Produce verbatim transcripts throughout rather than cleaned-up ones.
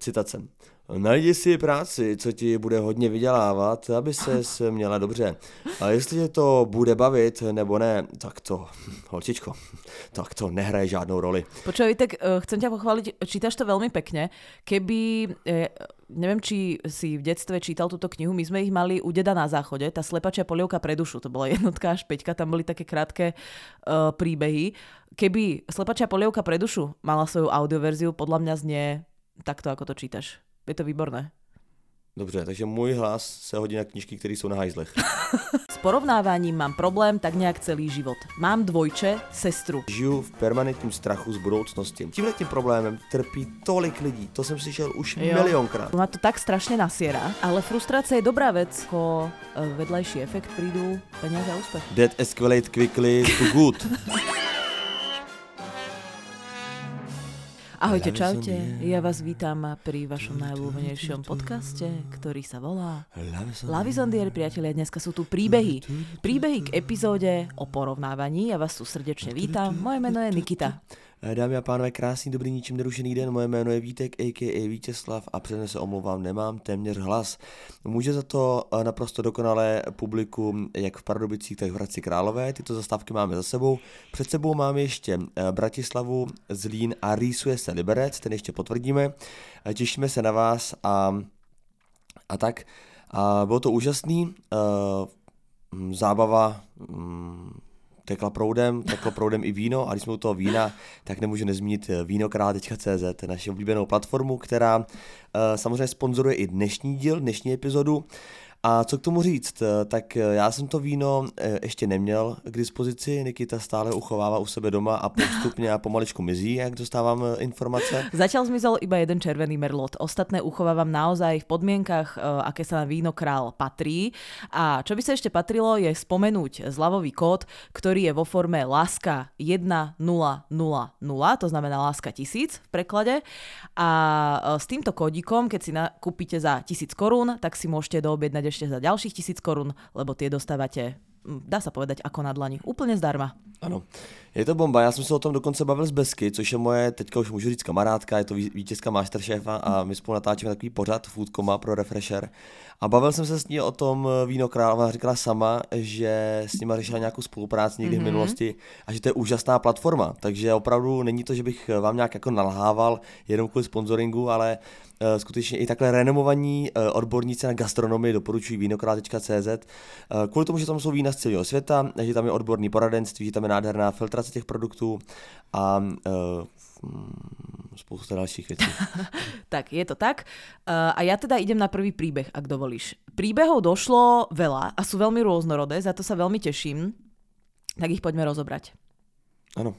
citace. Najdi si práci, co ti bude hodně vydělávat, aby ses měla dobře. A jestli to bude bavit nebo ne, tak to, holčičko, tak to nehraje žádnou roli. Počuj, tak uh, chcem ťa pochváliť, čítaš to veľmi pekne. Keby, eh, neviem, či si v detstve čítal túto knihu, my sme ich mali u Deda na záchode, tá Slepačia polievka pre dušu, to bola jednotka až päťka, tam boli také krátke uh, príbehy. Keby Slepačia polievka pre dušu mala svoju audioverziu, podľa mňa znie takto, ako to čítaš. Je to výborné. Dobře, takže můj hlas se hodí na knížky, které jsou na hajzlech. S porovnáváním mám problém tak nějak celý život. Mám dvojče, sestru. Žiju v permanentním strachu z budoucnosti. Tímhletím problémem trpí tolik lidí, to jsem slyšel už jo. milionkrát. Ma to tak strašne nasiera, ale frustrácia je dobrá vec, ako vedľajší efekt prídu peniaze a úspech. That escalate quickly to good. Ahojte, čaute, ja vás vítam pri vašom najobľúbenejšom podcaste, ktorý sa volá Lavizondier, priatelia, dneska sú tu príbehy. Príbehy k epizóde o porovnávaní, ja vás tu srdečne vítam, moje meno je Nikita. Dámy a pánové, krásný, dobrý, ničím nerušený den, moje jméno je Vítek, a k a. Vítězslav a předem se omlouvám, nemám téměř hlas. Může za to naprosto dokonalé publikum jak v Pardubicích, tak v Hradci Králové, tyto zastávky máme za sebou. Před sebou máme ještě Bratislavu, Zlín a rýsuje se Liberec, ten ještě potvrdíme. Těšíme se na vás a, a tak. A bylo to úžasný, zábava, tekla proudem, teklo proudem i víno a když jsme u toho vína, tak nemůžu nezmínit vínokrál tečka cé zet, naši oblíbenou platformu, která uh, samozřejmě sponzoruje i dnešní díl, dnešní epizodu. A co k tomu říct, tak já jsem to víno ještě neměl k dispozici, Nikita stále uchovává u sebe doma a postupně a pomaličku mizí, jak dostávám informace. Zatiaľ zmizol iba jeden červený merlot, ostatné uchovávam naozaj v podmienkach, aké sa na vínokrál patrí. A čo by sa ešte patrilo je spomenúť zľavový kód, ktorý je vo forme láska jedna nula nula nula, to znamená láska tisíc v preklade. A s týmto kódikom, keď si nakúpite za tisíc korún, tak si môžete doobjednať ešte za ďalších tisíc korún, lebo tie dostávate, dá sa povedať, ako na dlani. Úplne zdarma. Ano, je to bomba. Já jsem se o tom dokonce bavil s Besky, což je moje, teďka už můžu říct kamarádka, je to vítězka Masterchefa a my spolu natáčíme takový pořad Foodkoma pro Refresher. A bavil jsem se s ní o tom Vínokrál, ona říkala sama, že s nima řešila nějakou spolupráci někdy mm-hmm. v minulosti a že to je úžasná platforma. Takže opravdu není to, že bych vám nějak jako nalhával jenom kvůli sponsoringu, ale uh, skutečně i takhle renomovaní uh, odborníci na gastronomii doporučují vínokrál tečka cé zet. Uh, kvůli tomu, že tam jsou vína z celého světa, že tam je odborný poradenství, že tam je nádherná filtrace těch produktů a uh, spousta dalších věcí. Tak, je to tak. A ja teda idem na prvý príbeh, ak dovolíš. Príbehov došlo veľa a sú veľmi rôznorodé, za to sa veľmi teším. Tak ich poďme rozobrať. Ano.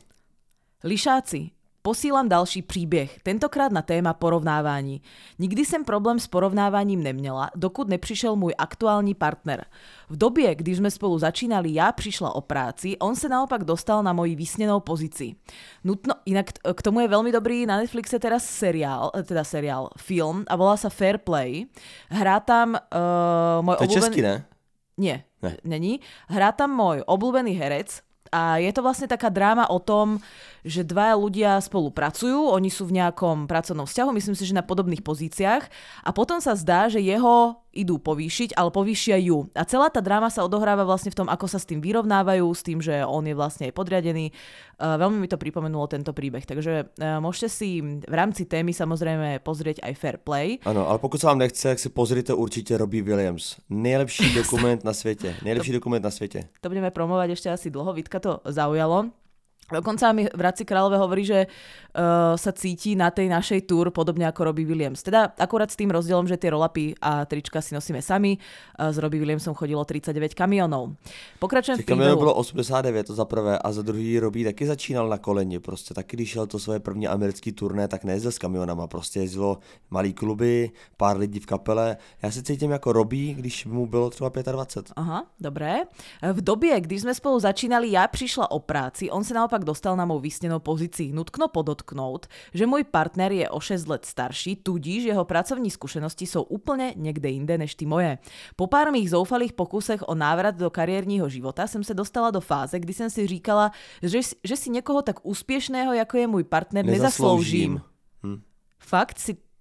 Lišáci. Posílám další příběh, tentokrát na téma porovnávání. Nikdy jsem problém s porovnáváním neměla, dokud nepřišel můj aktuální partner. V době, kdy jsme spolu začínali, já přišla o práci, on se naopak dostal na moji vysněnou pozici. Nutno, jinak k tomu je velmi dobrý na Netflixe teraz seriál, teda seriál, film a volá sa Fair Play. Hrá tam uh, môj obľúbený... To je obľúbený... český, ne? Nie, ne, není. Hrá tam môj obľúbený herec, a je to vlastne taká dráma o tom, že dvaja ľudia spolupracujú, oni sú v nejakom pracovnom vzťahu, myslím si, že na podobných pozíciách a potom sa zdá, že jeho idú povýšiť, ale povýšia ju. A celá tá dráma sa odohráva vlastne v tom, ako sa s tým vyrovnávajú, s tým, že on je vlastne aj podriadený. Uh, veľmi mi to pripomenulo tento príbeh, takže uh, môžete si v rámci témy samozrejme pozrieť aj Fair Play. Ano, ale pokud sa vám nechce, tak si pozrite určite Robbie Williams. Nejlepší dokument na svete. Nejlepší to, dokument na svete. To budeme promovať ešte asi dlho, Vítka to zaujalo. Dokonca mi v Hradci Králové hovorí, že uh, sa cíti na tej našej túr podobne ako Robbie Williams. Teda akurát s tým rozdielom, že tie rollupy a trička si nosíme sami. Uh, s Robbie Williamsom chodilo tridsaťdeväť kamionov. Pokračujem v príbehu. Kamionů bylo osmdesát devět, to za prvé, a za druhý Robbie taky začínal na koleni. Prostě taky, když šel to svoje první americký turné, tak nejezdil s kamionama. Prostě jezdilo malý kluby, pár lidí v kapele. Já se cítím jako Robbie, když mu bylo třeba dvacet pět. Aha, dobré. V době, když jsme spolu začínali, já přišla o práci, on se naopak dostal na mou vysnenou pozici. Nutno podotknout, že môj partner je o šesť let starší, tudíž jeho pracovní skúsenosti sú úplne niekde inde než ty moje. Po pár mých zoufalých pokusech o návrat do kariérního života jsem se dostala do fáze, kdy jsem si říkala, že, že si někoho tak úspěšného, jako je můj partner, nezasloužím. Hm. Fakt si...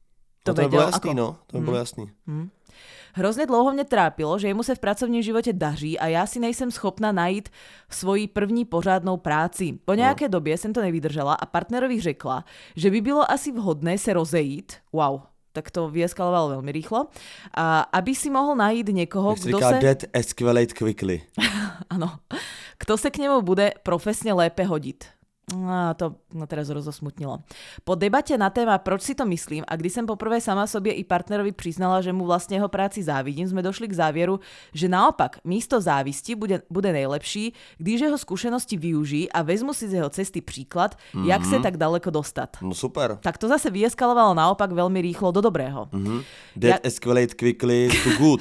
to no, to vedel. bylo jasný, ako... no, to mi hmm. bylo jasný. Hmm. Hrozně dlouho mě trápilo, že jemu se v pracovním životě daří a já si nejsem schopna najít svoji první pořádnou práci. Po nějaké no. době jsem to nevydržela a partnerovi řekla, že by bylo asi vhodné se rozejít. Wow. Tak to vyeskalovalo velmi rýchlo. A aby si mohl najít někoho, kdo říká, se... dead escalate quickly. Ano. Kto se k němu bude profesně lépe hodit. No, to no teraz rozosmutnilo. Po debate na téma, proč si to myslím a kdy som poprvé sama sobě i partnerovi přiznala, že mu vlastne jeho práci závidím, sme došli k závěru, že naopak místo závisti bude, bude nejlepší, když jeho skúsenosti využijí a vezmu si z jeho cesty příklad, mm-hmm. jak se tak daleko dostat. No super. Tak to zase vyeskalovalo naopak veľmi rýchlo do dobrého. Mm-hmm. Dead ja... escalate quickly to good.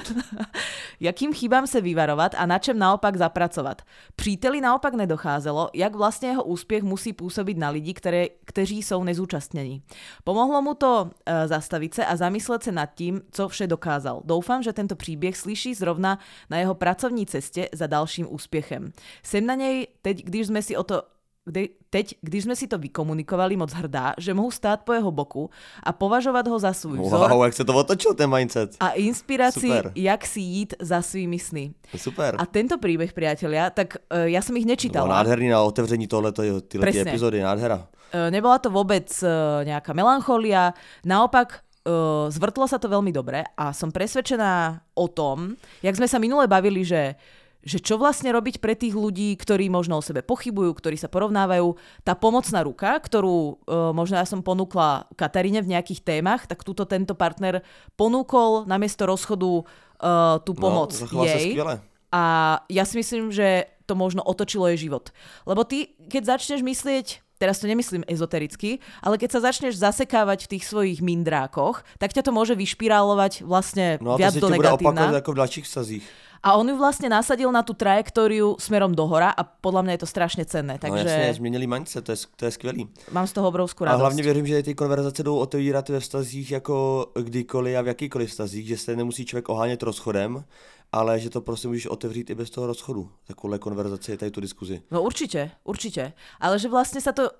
Jakým chybám se vyvarovat a na čem naopak zapracovat? Příteli naopak nedocházelo, jak vlastně jeho úspěch musí působit na lidi, které, kteří jsou nezúčastnění. Pomohlo mu to e, zastavit se a zamyslet se nad tím, co vše dokázal. Doufám, že tento příběh slyší zrovna na jeho pracovní cestě za dalším úspěchem. Jsem na něj teď, když jsme si o to Kde, teď, když jsme si to vykomunikovali, moc hrdá, že mohu stát po jeho boku a považovat ho za svůj vzor. Wow, jak se to otočil, ten mindset. A inspiraci, Super. jak si jít za svými sny. Super. A tento príbeh, priatelia, tak uh, ja som ich nečítala. No, nádherný na otevření tohleto, tyhle epizody, nádhera. Uh, nebola to vôbec uh, nejaká melancholia, naopak uh, zvrtlo sa to veľmi dobre a som presvedčená o tom, jak sme sa minule bavili, že že čo vlastne robiť pre tých ľudí, ktorí možno o sebe pochybujú, ktorí sa porovnávajú. Tá pomocná ruka, ktorú uh, možno ja som ponúkla Kataríne v nejakých témach, tak túto tento partner ponúkol namiesto rozchodu uh, tú pomoc no, jej. A ja si myslím, že to možno otočilo jej život. Lebo ty, keď začneš myslieť, teraz to nemyslím ezotericky, ale keď sa začneš zasekávať v tých svojich mindrákoch, tak ťa to môže vyšpirálovať vlastne no, viac do negatívna. No a to si ti bude opakovať ako v ďalších vztazích. A on ju vlastne nasadil na tú trajektóriu smerom dohora a podľa mňa je to strašne cenné. Takže... No jasně, změnili mindset, to je, to je skvělý. Mám z toho obrovskou radost. A hlavně věřím, že ty konverzace jdou otevírat ve vztazích jako kdykoliv a v jakýkoliv vztazích, že se nemusí člověk ohánět rozchodem, ale že to prostě můžeš otevřít i bez toho rozchodu. Takovouhle konverzaci je tady tu diskuzi. No určite, určite. Ale že vlastne sa to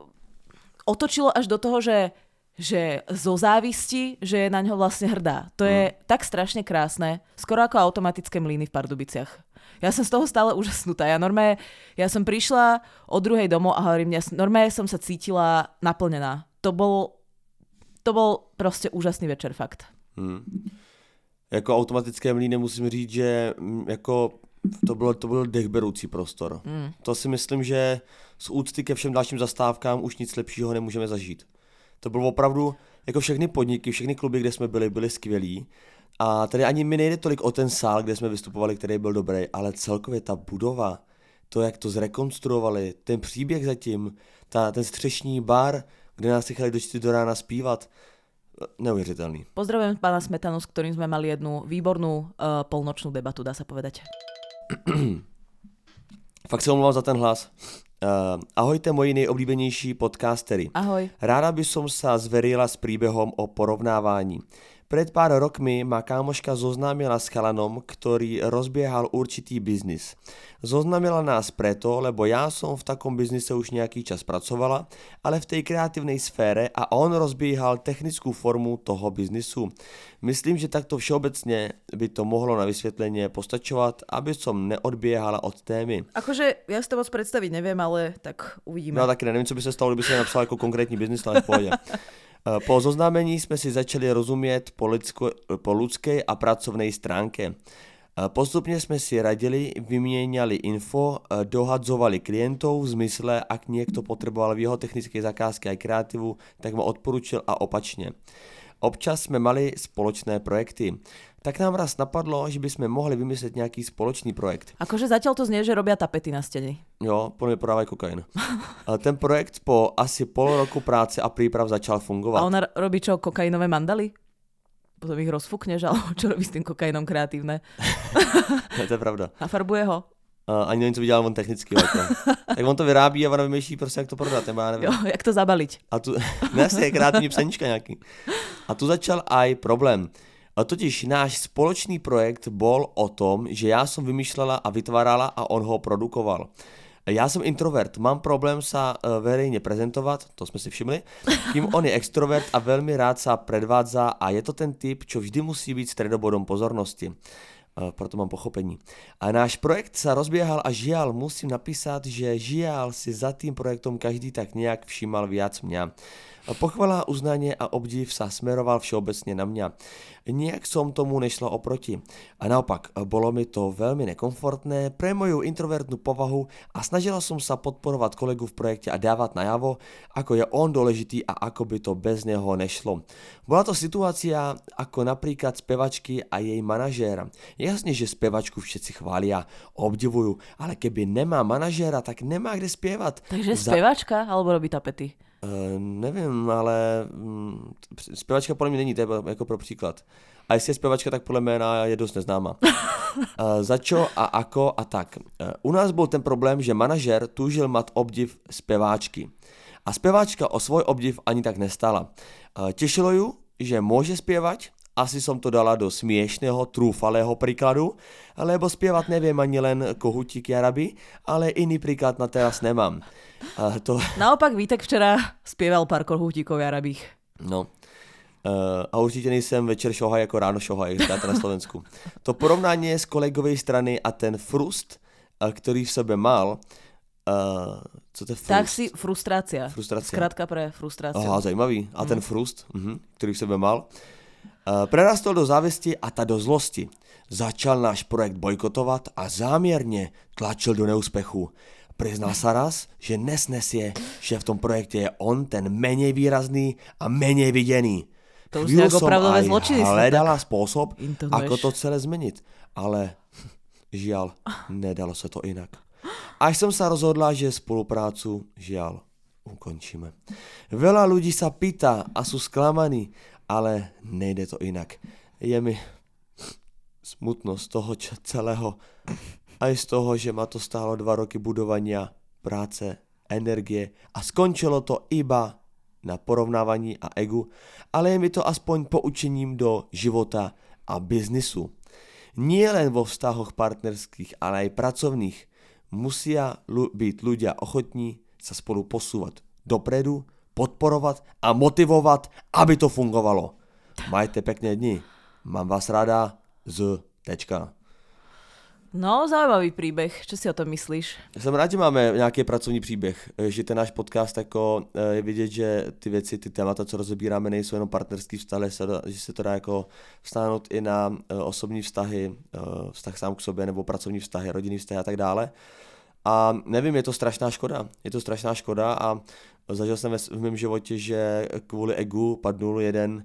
otočilo až do toho, že že zo závisti, že je na ňo vlastne hrdá. To je mm. tak strašne krásne, skoro ako automatické mlyny v Pardubiciach. Ja som z toho stále úžasnutá. Ja normálne, ja som prišla o druhej domov a hovorím, ja normálne som sa cítila naplnená. To bol, to bol proste úžasný večer, fakt. Mm. Jako automatické mlýny musím říct, že jako to bylo, to byl dechberoucí prostor. Mm. To si myslím, že z úcty ke všem dalším zastávkám už nic lepšího nemůžeme zažít. To bylo opravdu, jako všechny podniky, všechny kluby, kde jsme byli, byly skvělí. A tady ani mi nejde tolik o ten sál, kde jsme vystupovali, který byl dobrý, ale celkově ta budova, to, jak to zrekonstruovali, ten příběh zatím, ta, ten střešní bar, kde nás nechali do čtyři do rána zpívat, neuvěřitelný. Pozdravujem pána Smetanu, s ktorým sme mali jednu výbornú uh, polnočnú debatu, dá sa povedať. Fakt se omlouvám za ten hlas. Uh, ahojte moji nejoblíbenější podcastery. Ahoj. Ráda by som sa zverila s príbehom o porovnávání. Pred pár rokmi ma kámoška zoznámila s chalanom, ktorý rozbiehal určitý biznis. Zoznámila nás preto, lebo ja som v takom biznise už nejaký čas pracovala, ale v tej kreatívnej sfére a on rozbiehal technickú formu toho biznisu. Myslím, že takto všeobecne by to mohlo na vysvetlenie postačovať, aby som neodbiehala od témy. Akože ja si to moc predstaviť neviem, ale tak uvidíme. No taky nevím, co by se stalo, kdyby se napsal jako konkrétní biznis, ale v pohodě. Po zoznámení jsme si začali rozumět po, lidsko, po ľudskej a pracovnej stránke. Postupně jsme si radili, vyměňali info, dohadzovali klientov v zmysle, ak niekto potreboval v jeho technické zakázky a kreativu, tak mu odporučil a opačně. Občas jsme mali spoločné projekty. Tak nám raz napadlo, že bychom mohli vymyslet nějaký spoločný projekt. Akože zatiaľ to znie, že robia tapety na stene. Jo, podľa mňa prodávajú kokain. Ten projekt po asi pol roku práce a príprav začal fungovat. A ona robí čo, kokainové mandaly? Potom ich rozfúkneš, alebo čo robí s tým kokainom kreatívne? To je pravda. A farbuje ho? Uh, ani nevím, co by dělal on technicky. Tak on to vyrábí a ona vymýšlí prostě, jak to prodat. Nebo já nevím. Jo, jak to zabaliť. A tu, ne, asi je kreativní psenička nějaký. A tu začal aj problém. A totiž náš spoločný projekt bol o tom, že já jsem vymýšlela a vytvárala a on ho produkoval. Já jsem introvert, mám problém sa verejne prezentovať, to sme si všimli, kým on je extrovert a veľmi rád sa predvádza a je to ten typ, čo vždy musí byť stredobodom pozornosti. Proto mám pochopení. A náš projekt sa rozbiehal a žiaľ, musím napísať, že žiaľ si za tým projektom každý tak nejak všímal viac mňa. Pochvala, uznanie a obdiv sa smeroval všeobecne na mňa. Nijak som tomu nešla oproti. A naopak, bolo mi to veľmi nekomfortné pre moju introvertnú povahu a snažila som sa podporovať kolegu v projekte a dávať najavo, ako je on dôležitý a ako by to bez neho nešlo. Bola to situácia ako napríklad spevačky a jej manažéra. Jasne, že spevačku všetci chvália, obdivujú, ale keby nemá manažéra, tak nemá kde spievať. Takže spevačka alebo robí tapety? Uh, nevím, ale um, zpěvačka podle mě není, to je jako pro příklad. A jestli je zpěvačka, tak podle jména je dost neznáma. Uh, za čo a ako a tak. Uh, u nás byl ten problém, že manažer túžil mať obdiv zpěváčky. A zpěváčka o svoj obdiv ani tak nestala. Uh, těšilo ju, že môže spievať, asi som to dala do smiešného, trúfalého príkladu, lebo spievať neviem ani len Kohútik Jaraby, ale iný príklad na teraz nemám. A to... Naopak Vítek včera spieval pár Kohútikov Jarabých. No. Uh, a určitě nejsem večer šohaj jako ráno šohaj, jak říkáte na Slovensku. To porovnání z kolegovej strany a ten frust, uh, který v sebe mal, uh, co to je frust? Tak si frustrácia. Frustrácia. Zkrátka pre frustráciu. Aha, zajímavý. A ten frust, uh-huh, který v sebe mal, uh, prerastol do závesti a ta do zlosti. Začal náš projekt bojkotovat a záměrně tlačil do neúspechu. Priznal sa raz, že nesnesie, že v tom projekte je on ten menej výrazný a menej videný. To už nejak opravdové zločiny. Hledala spôsob, ako to celé zmeniť. Ale žiaľ, nedalo sa to inak. Až som sa rozhodla, že spoluprácu žiaľ ukončíme. Veľa ľudí sa pýta a sú sklamaní, ale nejde to inak. Je mi smutno z toho celého. Aj z toho, že ma to stálo dva roky budovania, práce, energie a skončilo to iba na porovnávaní a egu, ale je mi to aspoň poučením do života a biznisu. Nie len vo vztahoch partnerských, ale aj pracovných musia lu- byť ľudia ochotní sa spolu posúvať dopredu, podporovať a motivovať, aby to fungovalo. Majte pekné dni. Mám vás rada z tečka. No, zaujímavý príbeh. Čo si o tom myslíš? Jsem rád, že máme nějaký pracovní příběh, že ten náš podcast jako je vidět, že ty věci, ty témata, co rozebíráme, nejsou jenom partnerský vztahy, že se to dá jako vztáhnout i na osobní vztahy, vztah sám k sobě nebo pracovní vztahy, rodinný vztahy a tak dále. A nevím, je to strašná škoda. Je to strašná škoda a zažil jsem v mém životě, že kvůli egu padnul jeden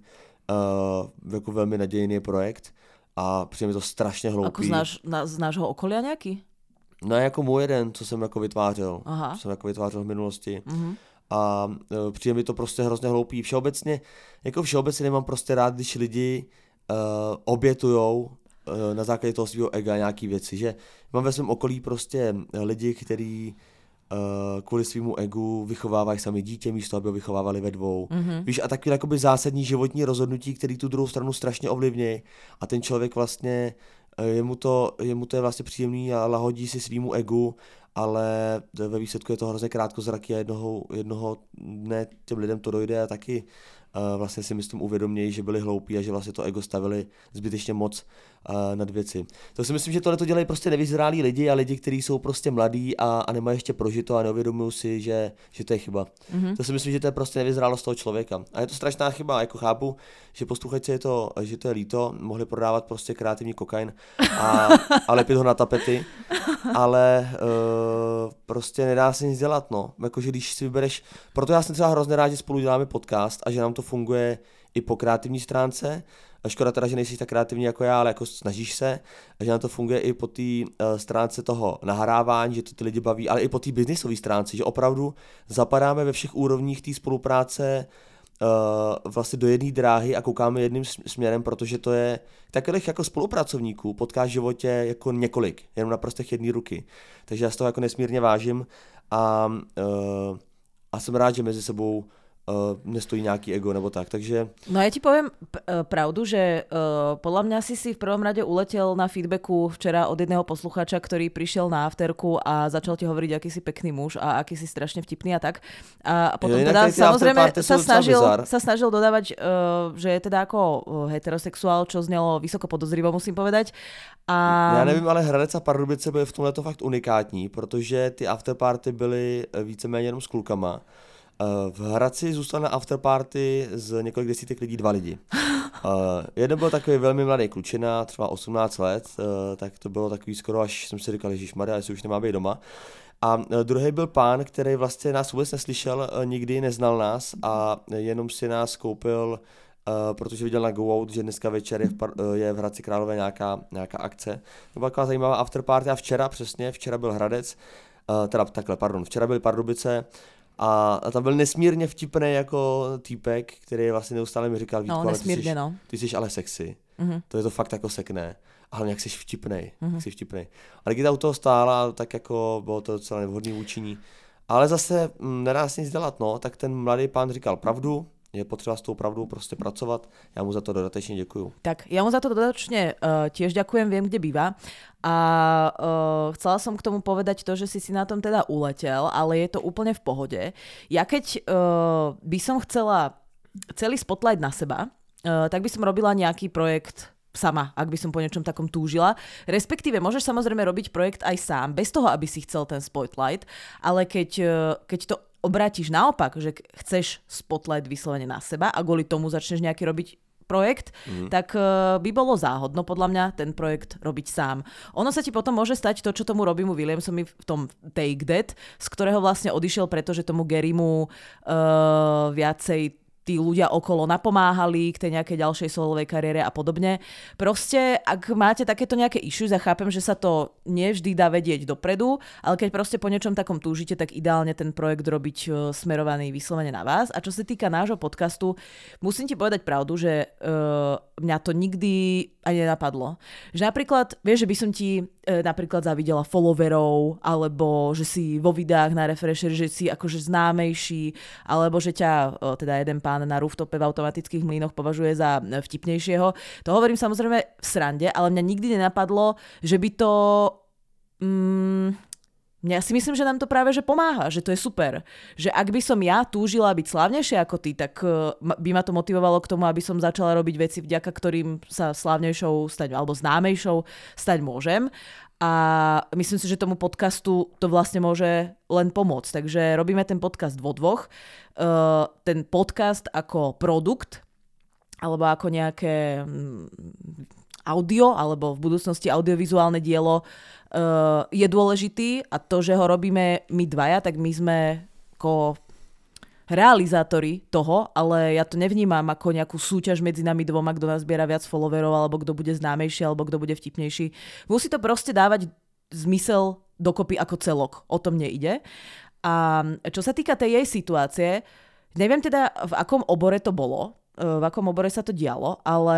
uh, jako velmi nadějný projekt. A přijde mi to strašně hloupý. Ako znáš, na, znáš ho okolia nějaký? No jako můj jeden, co jsem jako vytvářel. Aha. Co jsem jako vytvářel v minulosti. Uh-huh. A e, přijde mi to prostě hrozně hloupý. Všeobecně, jako všeobecně nemám prostě rád, když lidi uh, obětujou uh, na základě toho svého ega nějaký věci. Že mám ve svém okolí prostě lidi, kteří Uh, kvůli svýmu egu vychovávají sami dítě místo, aby ho vychovávali ve dvou. Mm-hmm. Víš, a takové jakoby zásadní životní rozhodnutí, který tu druhou stranu strašně ovlivnějí a ten člověk vlastně, jemu to, jemu to je vlastně příjemný a lahodí si svýmu egu, ale ve výsledku je to hrozně krátkozraký a jednoho, jednoho dne těm lidem to dojde a taky uh, vlastně si myslím uvědomějí, že byli hloupí a že vlastně to ego stavili zbytečně moc uh, nad věci. To si myslím, že tohle to dělají prostě nevyzrálí lidi a lidi, kteří jsou prostě mladí a, a nemají ještě prožito a neuvědomují si, že, že to je chyba. Mm-hmm. To si myslím, že to je prostě nevyzrálost toho člověka. A je to strašná chyba, jako chápu, že posluchači je to, že to je líto, mohli prodávat prostě kreativní kokain a, a lepit ho na tapety, ale uh, prostě nedá se nic dělat, no. Jakože když si vybereš, proto já jsem třeba hrozně rád, že spolu děláme podcast a že nám to funguje i po kreativní stránce. A škoda teda, že nejsi tak kreativní jako já, ale jako snažíš se a že nám to funguje i po té uh, stránce toho nahrávání, že to ty lidi baví, ale i po té biznisové stránce, že opravdu zapadáme ve všech úrovních té spolupráce uh, vlastně do jedné dráhy a koukáme jedným směrem, protože to je takových jako spolupracovníků potkáš v životě jako několik, jenom na prstech jedné ruky. Takže já z toho jako nesmírně vážím a, uh, a jsem rád, že mezi sebou Uh, nestojí nějaký ego nebo tak, takže... No ja ti poviem p- pravdu, že uh, podľa mňa si si v prvom rade uletel na feedbacku včera od jedného poslucháča, ktorý prišiel na afterku a začal ti hovoriť, aký si pekný muž a aký si strašne vtipný a tak. A potom jo, teda samozrejme sa snažil, bizar. sa snažil dodávať, uh, že je teda ako heterosexuál, čo znelo vysoko podozrivo, musím povedať. A... Já nevím, ale Hradec a Pardubice byly v tomhle to fakt unikátní, protože ty afterparty byly víceméně jenom s klukama. V Hradci zůstal na afterparty z několik desítek lidí dva lidi. Uh, jeden byl takový velmi mladý klučina, třeba osmnáct let, uh, tak to bylo takový skoro, až jsem si říkal, ježišmarja, jestli už nemá být doma. A uh, druhý byl pán, který vlastně nás vůbec neslyšel, uh, nikdy neznal nás a jenom si nás koupil, uh, protože viděl na Go Out, že dneska večer je v, par- uh, je v Hradci Králové nějaká, nějaká akce. To byla taková zajímavá afterparty a včera přesně, včera byl Hradec, uh, teda takhle, pardon, včera byly Pardubice. A, a tam byl nesmírně vtipný jako týpek, který vlastně neustále mi říkal, Vítko, no, ale ty jsi, no. ty jsi ale sexy. Uh-huh. To je to fakt jako sekne. Ale jak jsi vtipnej, uh-huh. jak jsi vtipnej. A Ligita u toho stála, tak jako bylo to docela nevhodný vůči ní. Ale zase m, nedá se nic dělat, no, tak ten mladý pán říkal pravdu, je potřeba s tou pravdou prostě pracovat. Já mu za to dodatečně děkuju. Tak, ja mu za to dodatočne uh, tiež ďakujem, viem, kde býva. A uh, chcela som k tomu povedať to, že si si na tom teda uletel, ale je to úplne v pohode. Ja keď uh, by som chcela celý spotlight na seba, uh, tak by som robila nejaký projekt sama, ak by som po niečom takom túžila. Respektíve môžeš samozrejme robiť projekt aj sám, bez toho, aby si chcel ten spotlight, ale keď, uh, keď to obrátiš naopak, že chceš spotlight vyslovene na seba a kvôli tomu začneš nejaký robiť projekt, mm. tak uh, by bolo záhodno podľa mňa ten projekt robiť sám. Ono sa ti potom môže stať to, čo tomu Robbie Williamsovi v tom Take That, z ktorého vlastne odišiel, pretože tomu Garymu uh, viacej tí ľudia okolo napomáhali k tej nejakej ďalšej solovej kariére a podobne. Proste, ak máte takéto nejaké issues, ja chápem, že sa to nevždy dá vedieť dopredu, ale keď proste po niečom takom túžite, tak ideálne ten projekt robiť uh, smerovaný vyslovene na vás. A čo sa týka nášho podcastu, musím ti povedať pravdu, že uh, mňa to nikdy ani nenapadlo. Že napríklad, vieš, že by som ti uh, napríklad zavidela followerov, alebo že si vo videách na Refresheri, že si akože známejší, alebo že ťa uh, teda jeden pán na rooftope v automatických mlynoch považuje za vtipnejšieho. To hovorím samozrejme v srande, ale mňa nikdy nenapadlo, že by to... Mm, ja si myslím, že nám to práve že pomáha, že to je super. Že ak by som ja túžila byť slávnejšia ako ty, tak by ma to motivovalo k tomu, aby som začala robiť veci, vďaka ktorým sa slávnejšou stať, alebo známejšou stať môžem. A myslím si, že tomu podcastu to vlastne môže len pomôcť. Takže robíme ten podcast vo dvoch. Uh, ten podcast ako produkt, alebo ako nejaké um, audio, alebo v budúcnosti audiovizuálne dielo uh, je dôležitý a to, že ho robíme my dvaja, tak my sme ako realizátori toho, ale ja to nevnímam ako nejakú súťaž medzi nami dvoma, kto nás zbiera viac followerov, alebo kto bude známejší, alebo kto bude vtipnejší. Musí to proste dávať zmysel dokopy ako celok. O tom nejde. A čo sa týka tej jej situácie, neviem teda, v akom obore to bolo, v akom obore sa to dialo, ale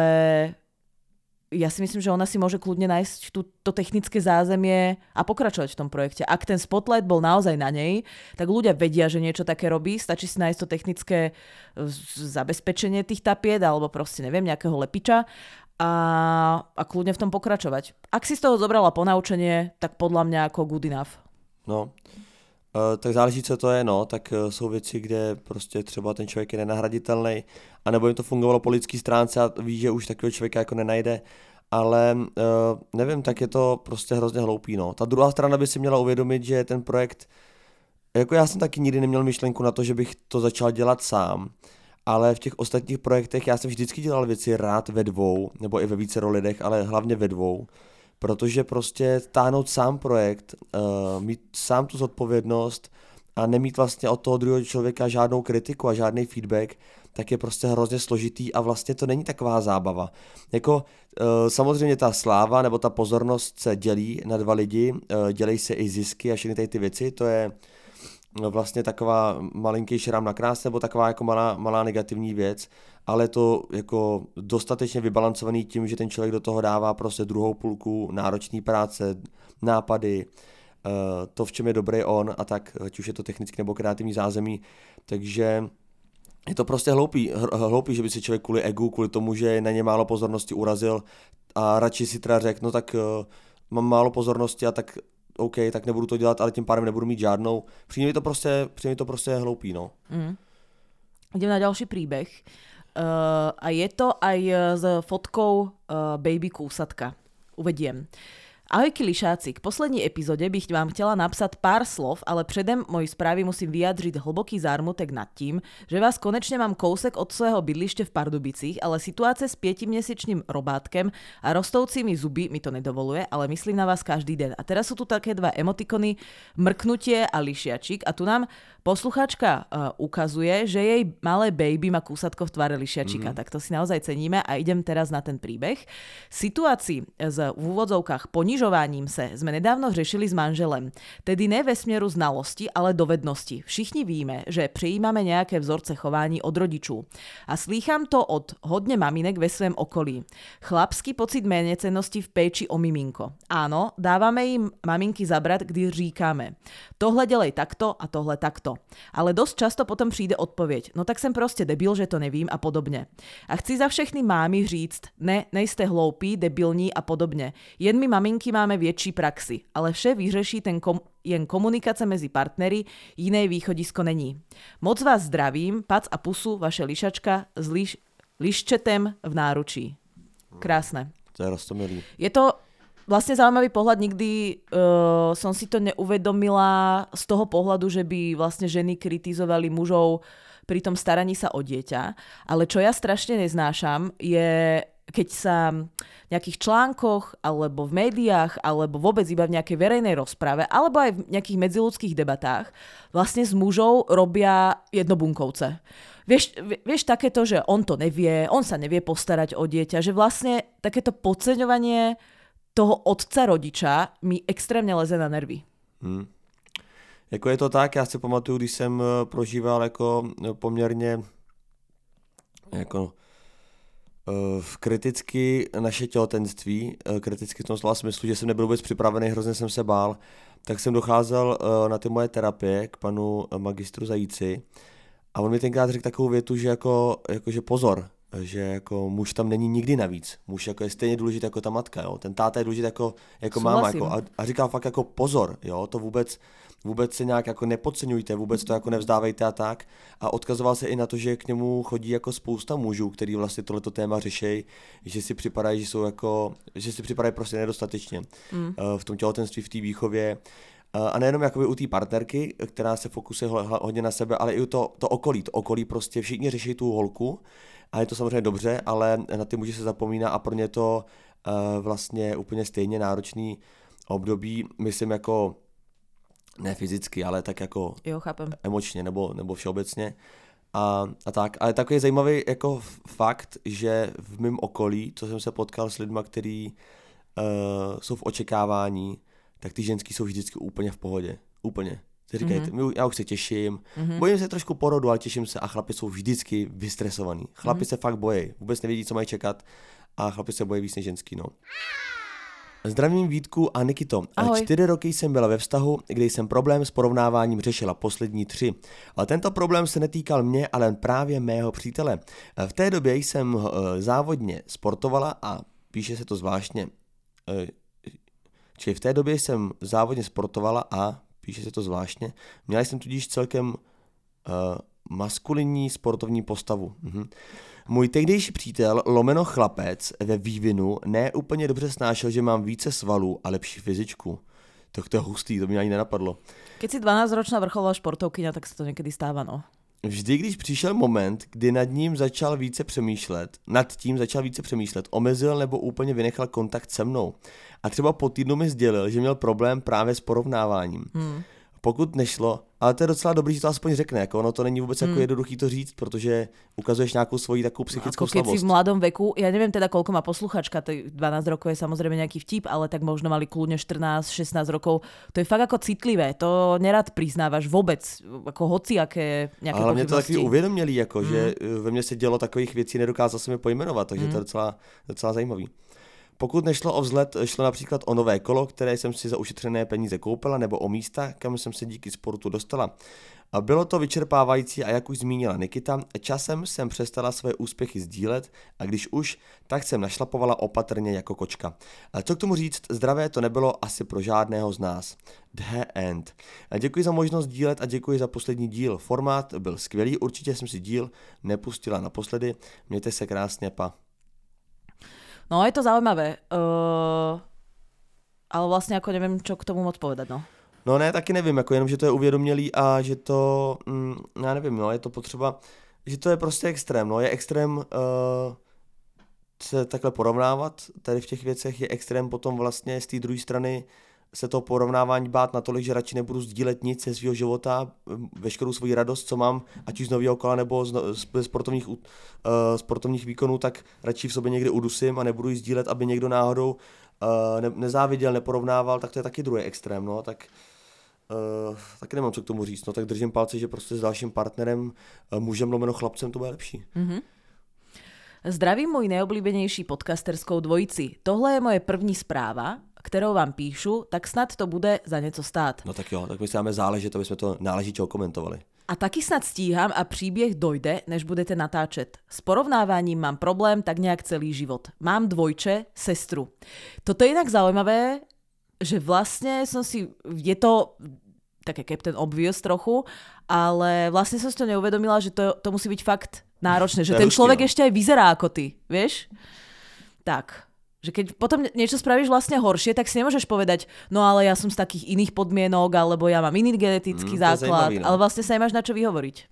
ja si myslím, že ona si môže kľudne nájsť tú, to technické zázemie a pokračovať v tom projekte. Ak ten spotlight bol naozaj na nej, tak ľudia vedia, že niečo také robí. Stačí si nájsť to technické zabezpečenie tých tapiet alebo proste, neviem, nejakého lepiča a, a kľudne v tom pokračovať. Ak si z toho zobrala ponaučenie, tak podľa mňa ako good enough. No, Uh, tak záleží, co to je, no, tak uh, jsou věci, kde prostě třeba ten člověk je nenahraditelný, anebo jim to fungovalo po lidský stránce a ví, že už takového člověka jako nenajde, ale uh, nevím, tak je to prostě hrozně hloupý, no. Ta druhá strana by si měla uvědomit, že ten projekt, jako já jsem taky nikdy neměl myšlenku na to, že bych to začal dělat sám, ale v těch ostatních projektech já jsem vždycky dělal věci rád ve dvou, nebo i ve více lidech, ale hlavně ve dvou. Protože prostě táhnout sám projekt, uh, mít sám tu zodpovědnost a nemít vlastně od toho druhého člověka žádnou kritiku a žádný feedback, tak je prostě hrozně složitý a vlastně to není taková zábava. Jako uh, samozřejmě ta sláva nebo ta pozornost se dělí na dva lidi, uh, dělej se i zisky a všechny tady ty věci, to je vlastně taková malinký šrám na krás nebo taková jako malá, malá negativní věc, ale je to jako dostatečně vybalancovaný tím, že ten člověk do toho dává prostě druhou půlku náročné práce, nápady, to, v čem je dobrý on a tak, ať už je to technicky nebo kreativní zázemí, takže je to prostě hloupý, hloupý, že by si člověk kvůli egu, kvůli tomu, že je na ně málo pozornosti urazil a radši si teda řekl, no tak uh, mám málo pozornosti a tak OK, tak nebudu to dělat, ale tím pádem nebudu mít žádnou. Přijde mi to prostě, přijde mi to prostě hloupý, no. Mm. Idem na ďalší príbeh. Uh, a je to aj s fotkou uh, baby kúsatka. Uvediem. Ahojky lišáci, k poslední epizode bych vám chtěla napsat pár slov, ale předem mojí zprávy musím vyjadřit hlboký zármutek nad tím, že vás konečne mám kousek od svého bydliště v Pardubicích, ale situace s pětiměsíčním robátkem a rostoucími zuby mi to nedovoluje, ale myslím na vás každý den. A teraz sú tu také dva emotikony, mrknutie a lišiačik a tu nám posluchačka uh, ukazuje, že jej malé baby má kúsatko v tvare lišiačika. Mm-hmm. Tak to si naozaj ceníme a idem teraz na ten príbeh. Situácii z v úvodzovkách ponižovaním se sme nedávno řešili s manželem. Tedy ne ve směru znalosti, ale dovednosti. Všichni víme, že přijímáme nějaké vzorce chování od rodičů. A slýchám to od hodně maminek ve svém okolí. Chlapský pocit méněcennosti v péči o miminko. Áno, dávame im maminky zabrat, když říkáme. Tohle dělej takto a tohle takto. Ale dosť často potom přijde odpověď. No tak jsem prostě debil, že to nevím a podobně. A chci za všechny mámy říct, ne, nejste hloupí, debilní a podobně. Jen my maminky máme větší praxi, ale vše vyřeší ten kom- jen komunikace mezi partnery, jiné východisko není. Moc vás zdravím, pac a pusu, vaše lišačka s liš- liščetem v náručí. Krásne. To je roztomilý. Je to vlastne zaujímavý pohľad, nikdy uh, som si to neuvedomila z toho pohľadu, že by vlastne ženy kritizovali mužov pri tom staraní sa o dieťa, ale čo ja strašne neznášam je, keď sa v nejakých článkoch alebo v médiách alebo vôbec iba v nejakej verejnej rozprave alebo aj v nejakých medziľudských debatách vlastne s mužou robia jednobunkovce. Vieš, vieš takéto, že on to nevie, on sa nevie postarať o dieťa, že vlastne takéto podceňovanie toho otce rodiča mi extrémně leze na nervy. Hmm. Jako je to tak, já si pamatuju, když jsem prožíval jako poměrně jako uh, kriticky naše těhotenství, uh, kriticky v tom slova smyslu, že jsem nebyl vůbec připravený, hrozně jsem se bál, tak jsem docházel uh, na ty moje terapie k panu magistru Zajíci a on mi tenkrát řekl takovou větu, že jako, jako že pozor, že jako muž tam není nikdy navíc. Muž jako je stejně důležitý jako ta matka, jo. Ten táta je důležitý jako, jako máma. Jako, a, a říká fakt jako pozor, jo. To vůbec, vůbec se nějak jako nepodceňujte, vůbec to jako nevzdávejte a tak. A odkazoval se i na to, že k němu chodí jako spousta mužů, který vlastně tohleto téma řeší, že si připadají, že jsou jako, že si připadají prostě nedostatečně mm. v tom těhotenství, v té výchově. A nejenom jakoby u té partnerky, která se fokusuje hodně na sebe, ale i u to, to okolí. To okolí prostě všichni řeší tu holku, a je to samozřejmě dobře, ale na ty muži se zapomíná a pro ně to uh, vlastně úplně stejně náročný období, myslím jako ne fyzicky, ale tak jako jo, chápem. Emočně nebo, nebo všeobecně. A, a tak, ale takový zajímavý jako fakt, že v mém okolí, co jsem se potkal s lidma, kteří uh, jsou v očekávání, tak ty ženský jsou vždycky úplně v pohodě. Úplně. Si říkajte, mm-hmm. já už se těším, mm-hmm. bojím se trošku porodu, ale těším se a chlapi jsou vždycky vystresovaní. Chlapi mm-hmm. se fakt bojí, vůbec nevědí, co mají čekat a chlapi se bojí víc než ženský, no. Zdravím Vítku a Nikito. Ahoj. Čtyři roky jsem byla ve vztahu, kde jsem problém s porovnáváním řešila poslední tři. Ale tento problém se netýkal mě, ale právě mého přítele. V té době jsem závodně sportovala a píše se to zvláštně. Čili v té době jsem závodně sportovala a píše se to zvláštně. Měla jsem tudíž celkem uh, maskulinní sportovní postavu. Mhm. Můj tehdejší přítel, lomeno chlapec ve vývinu, ne úplně dobře snášel, že mám více svalů a lepší fyzičku. Tak to je hustý, to mi ani nenapadlo. Keď si dvanásťročná vrcholová športovkyňa, tak se to někdy stává, no. Vždy, když přišel moment, kdy nad ním začal více přemýšlet, nad tím začal více přemýšlet, omezil nebo úplně vynechal kontakt se mnou. A třeba po týdnu mi sdělil, že měl problém právě s porovnáváním. Hmm. Pokud nešlo, ale to je docela dobrý, že to aspoň řekne, jako ono to není vůbec hmm. jako jednoduchý to říct, protože ukazuješ nějakou svoji takovou psychickou ako keď slabost. Si v mladom veku, ja neviem teda koľko má posluchačka, to dvanásť rokov je samozrejme nejaký vtip, ale tak možno mali kľudne štrnásť šestnásť rokov, to je fakt ako citlivé, to nerad priznávaš vôbec, ako hociaké nejaké ale pochybnosti. mě to takový uvědomělý, jako, hmm. že ve mně se dělo takových věcí, nedokázal jsem je pojmenovat, takže hmm. to je docela, docela zajímavý. Pokud nešlo o vzhled, šlo například o nové kolo, které jsem si za ušetřené peníze koupila, nebo o místa, kam jsem se díky sportu dostala. A bylo to vyčerpávající a jak už zmínila Nikita, časem jsem přestala své úspěchy sdílet a když už, tak jsem našlapovala opatrně jako kočka. A co k tomu říct, zdravé to nebylo asi pro žádného z nás. The end. A děkuji za možnost sdílet a děkuji za poslední díl. Formát byl skvělý, určitě jsem si díl nepustila naposledy. Mějte se krásně, pa. No, je to zaujímavé. Uh, ale vlastne ako neviem, čo k tomu moc povedať, no. No ne, taky nevím, jako jenom, že to je uvědomělý a že to, mm, já nevím, no, je to potřeba, že to je prostě extrém, no, je extrém uh, se takhle porovnávat tady v těch věcech, je extrém potom vlastně z té druhé strany se toho porovnávání bát natolik, že radši nebudu sdílet nic ze svého života, veškerou svoji radost, co mám, ať už z nového kola nebo z, z sportovních, uh, sportovních výkonů, tak radši v sobě někde udusím a nebudu ji sdílet, aby někdo náhodou uh, ne, nezáviděl, neporovnával, tak to je taky druhý extrém, no, tak uh, taky nemám co k tomu říct, no, tak držím palce, že prostě s dalším partnerem, uh, mužem lomeno chlapcem, to bude lepší. Mm-hmm. Zdravím môj nejoblíbenejší podcasterskou dvojici. Tohle je moje první správa, kterou vám píšu, tak snad to bude za něco stát. No tak jo, tak my si dáme záležet, aby jsme to náležitě okomentovali. A taky snad stíhám a příběh dojde, než budete natáčet. S porovnáváním mám problém tak nějak celý život. Mám dvojče, sestru. Toto je inak zaujímavé, že vlastne som si, je to také Captain Obvious trochu, ale vlastne som si to neuvedomila, že to, to musí byť fakt náročné, že ten človek ešte aj vyzerá ako ty, vieš? Tak, že keď potom niečo spravíš vlastne horšie, tak si nemôžeš povedať, no ale ja som z takých iných podmienok, alebo ja mám iný genetický mm, základ, zajímavý, no. Ale vlastne sa nemáš na čo vyhovoriť.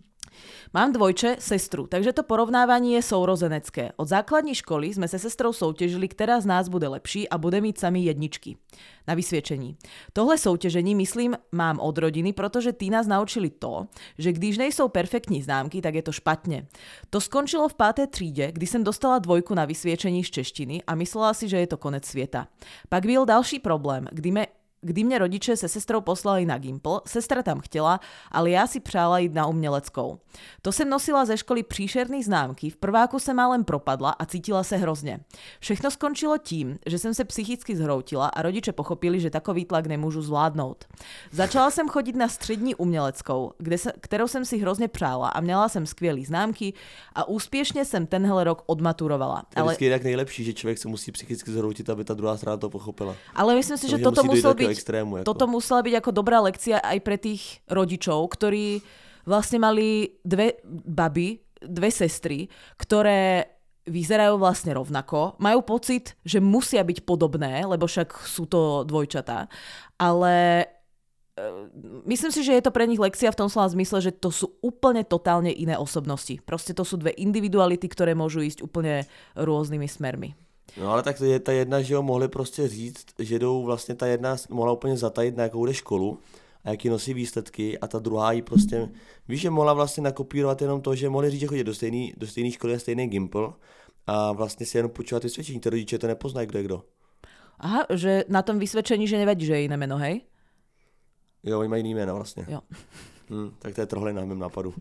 Mám dvojče, sestru, takže to porovnávání je sourozenecké. Od základní školy sme se sestrou soutěžili, která z nás bude lepší a bude mít sami jedničky. Na vysvědčení. Tohle soutěžení, myslím, mám od rodiny, protože tí nás naučili to, že když nejsou perfektní známky, tak je to špatně. To skončilo v páté třídě, kdy jsem dostala dvojku na vysvědčení z češtiny a myslela si, že je to konec světa. Pak byl další problém, kdy me Kdy mě rodiče se sestrou poslali na Gimpl, sestra tam chtěla, ale já si přála jít na uměleckou. To jsem nosila ze školy příšerný známky, v prváku jsem málem propadla a cítila se hrozně. Všechno skončilo tím, že jsem se psychicky zhroutila a rodiče pochopili, že takový tlak nemůžu zvládnout. Začala jsem chodit na střední uměleckou, kde se, kterou jsem si hrozně přála a měla jsem skvělý známky a úspěšně jsem tenhle rok odmaturovala. To je vždycky ale... tak nejlepší, že člověk se musí psychicky zhroutit, aby ta druhá strana to pochopila. Ale myslím si, to, že toto muselo byť extrému, jako. Toto musela byť ako dobrá lekcia aj pre tých rodičov, ktorí vlastne mali dve baby, dve sestry, ktoré vyzerajú vlastne rovnako, majú pocit, že musia byť podobné, lebo však sú to dvojčatá, ale myslím si, že je to pre nich lekcia v tom slova zmysle, že to sú úplne totálne iné osobnosti. Proste to sú dve individuality, ktoré môžu ísť úplne rôznymi smermi. No ale tak je ta jedna, že jo, mohli prostě říct, že jdou vlastně ta jedna mohla úplně zatajit, na jakou jde školu a jaký nosí výsledky a ta druhá jí prostě, víš, že mohla vlastně nakopírovat jenom to, že mohli říct, že chodí do stejné do stejné školy a stejný Gimpl a vlastně si jenom počívat vysvědčení, ty rodiče to nepoznají, kdo je kdo. Aha, že na tom vysvědčení, že nevadí, že je jiné jméno, hej? Jo, oni mají jiný jméno vlastně. Jo. Hm, tak to je trhlina na mém nápadu.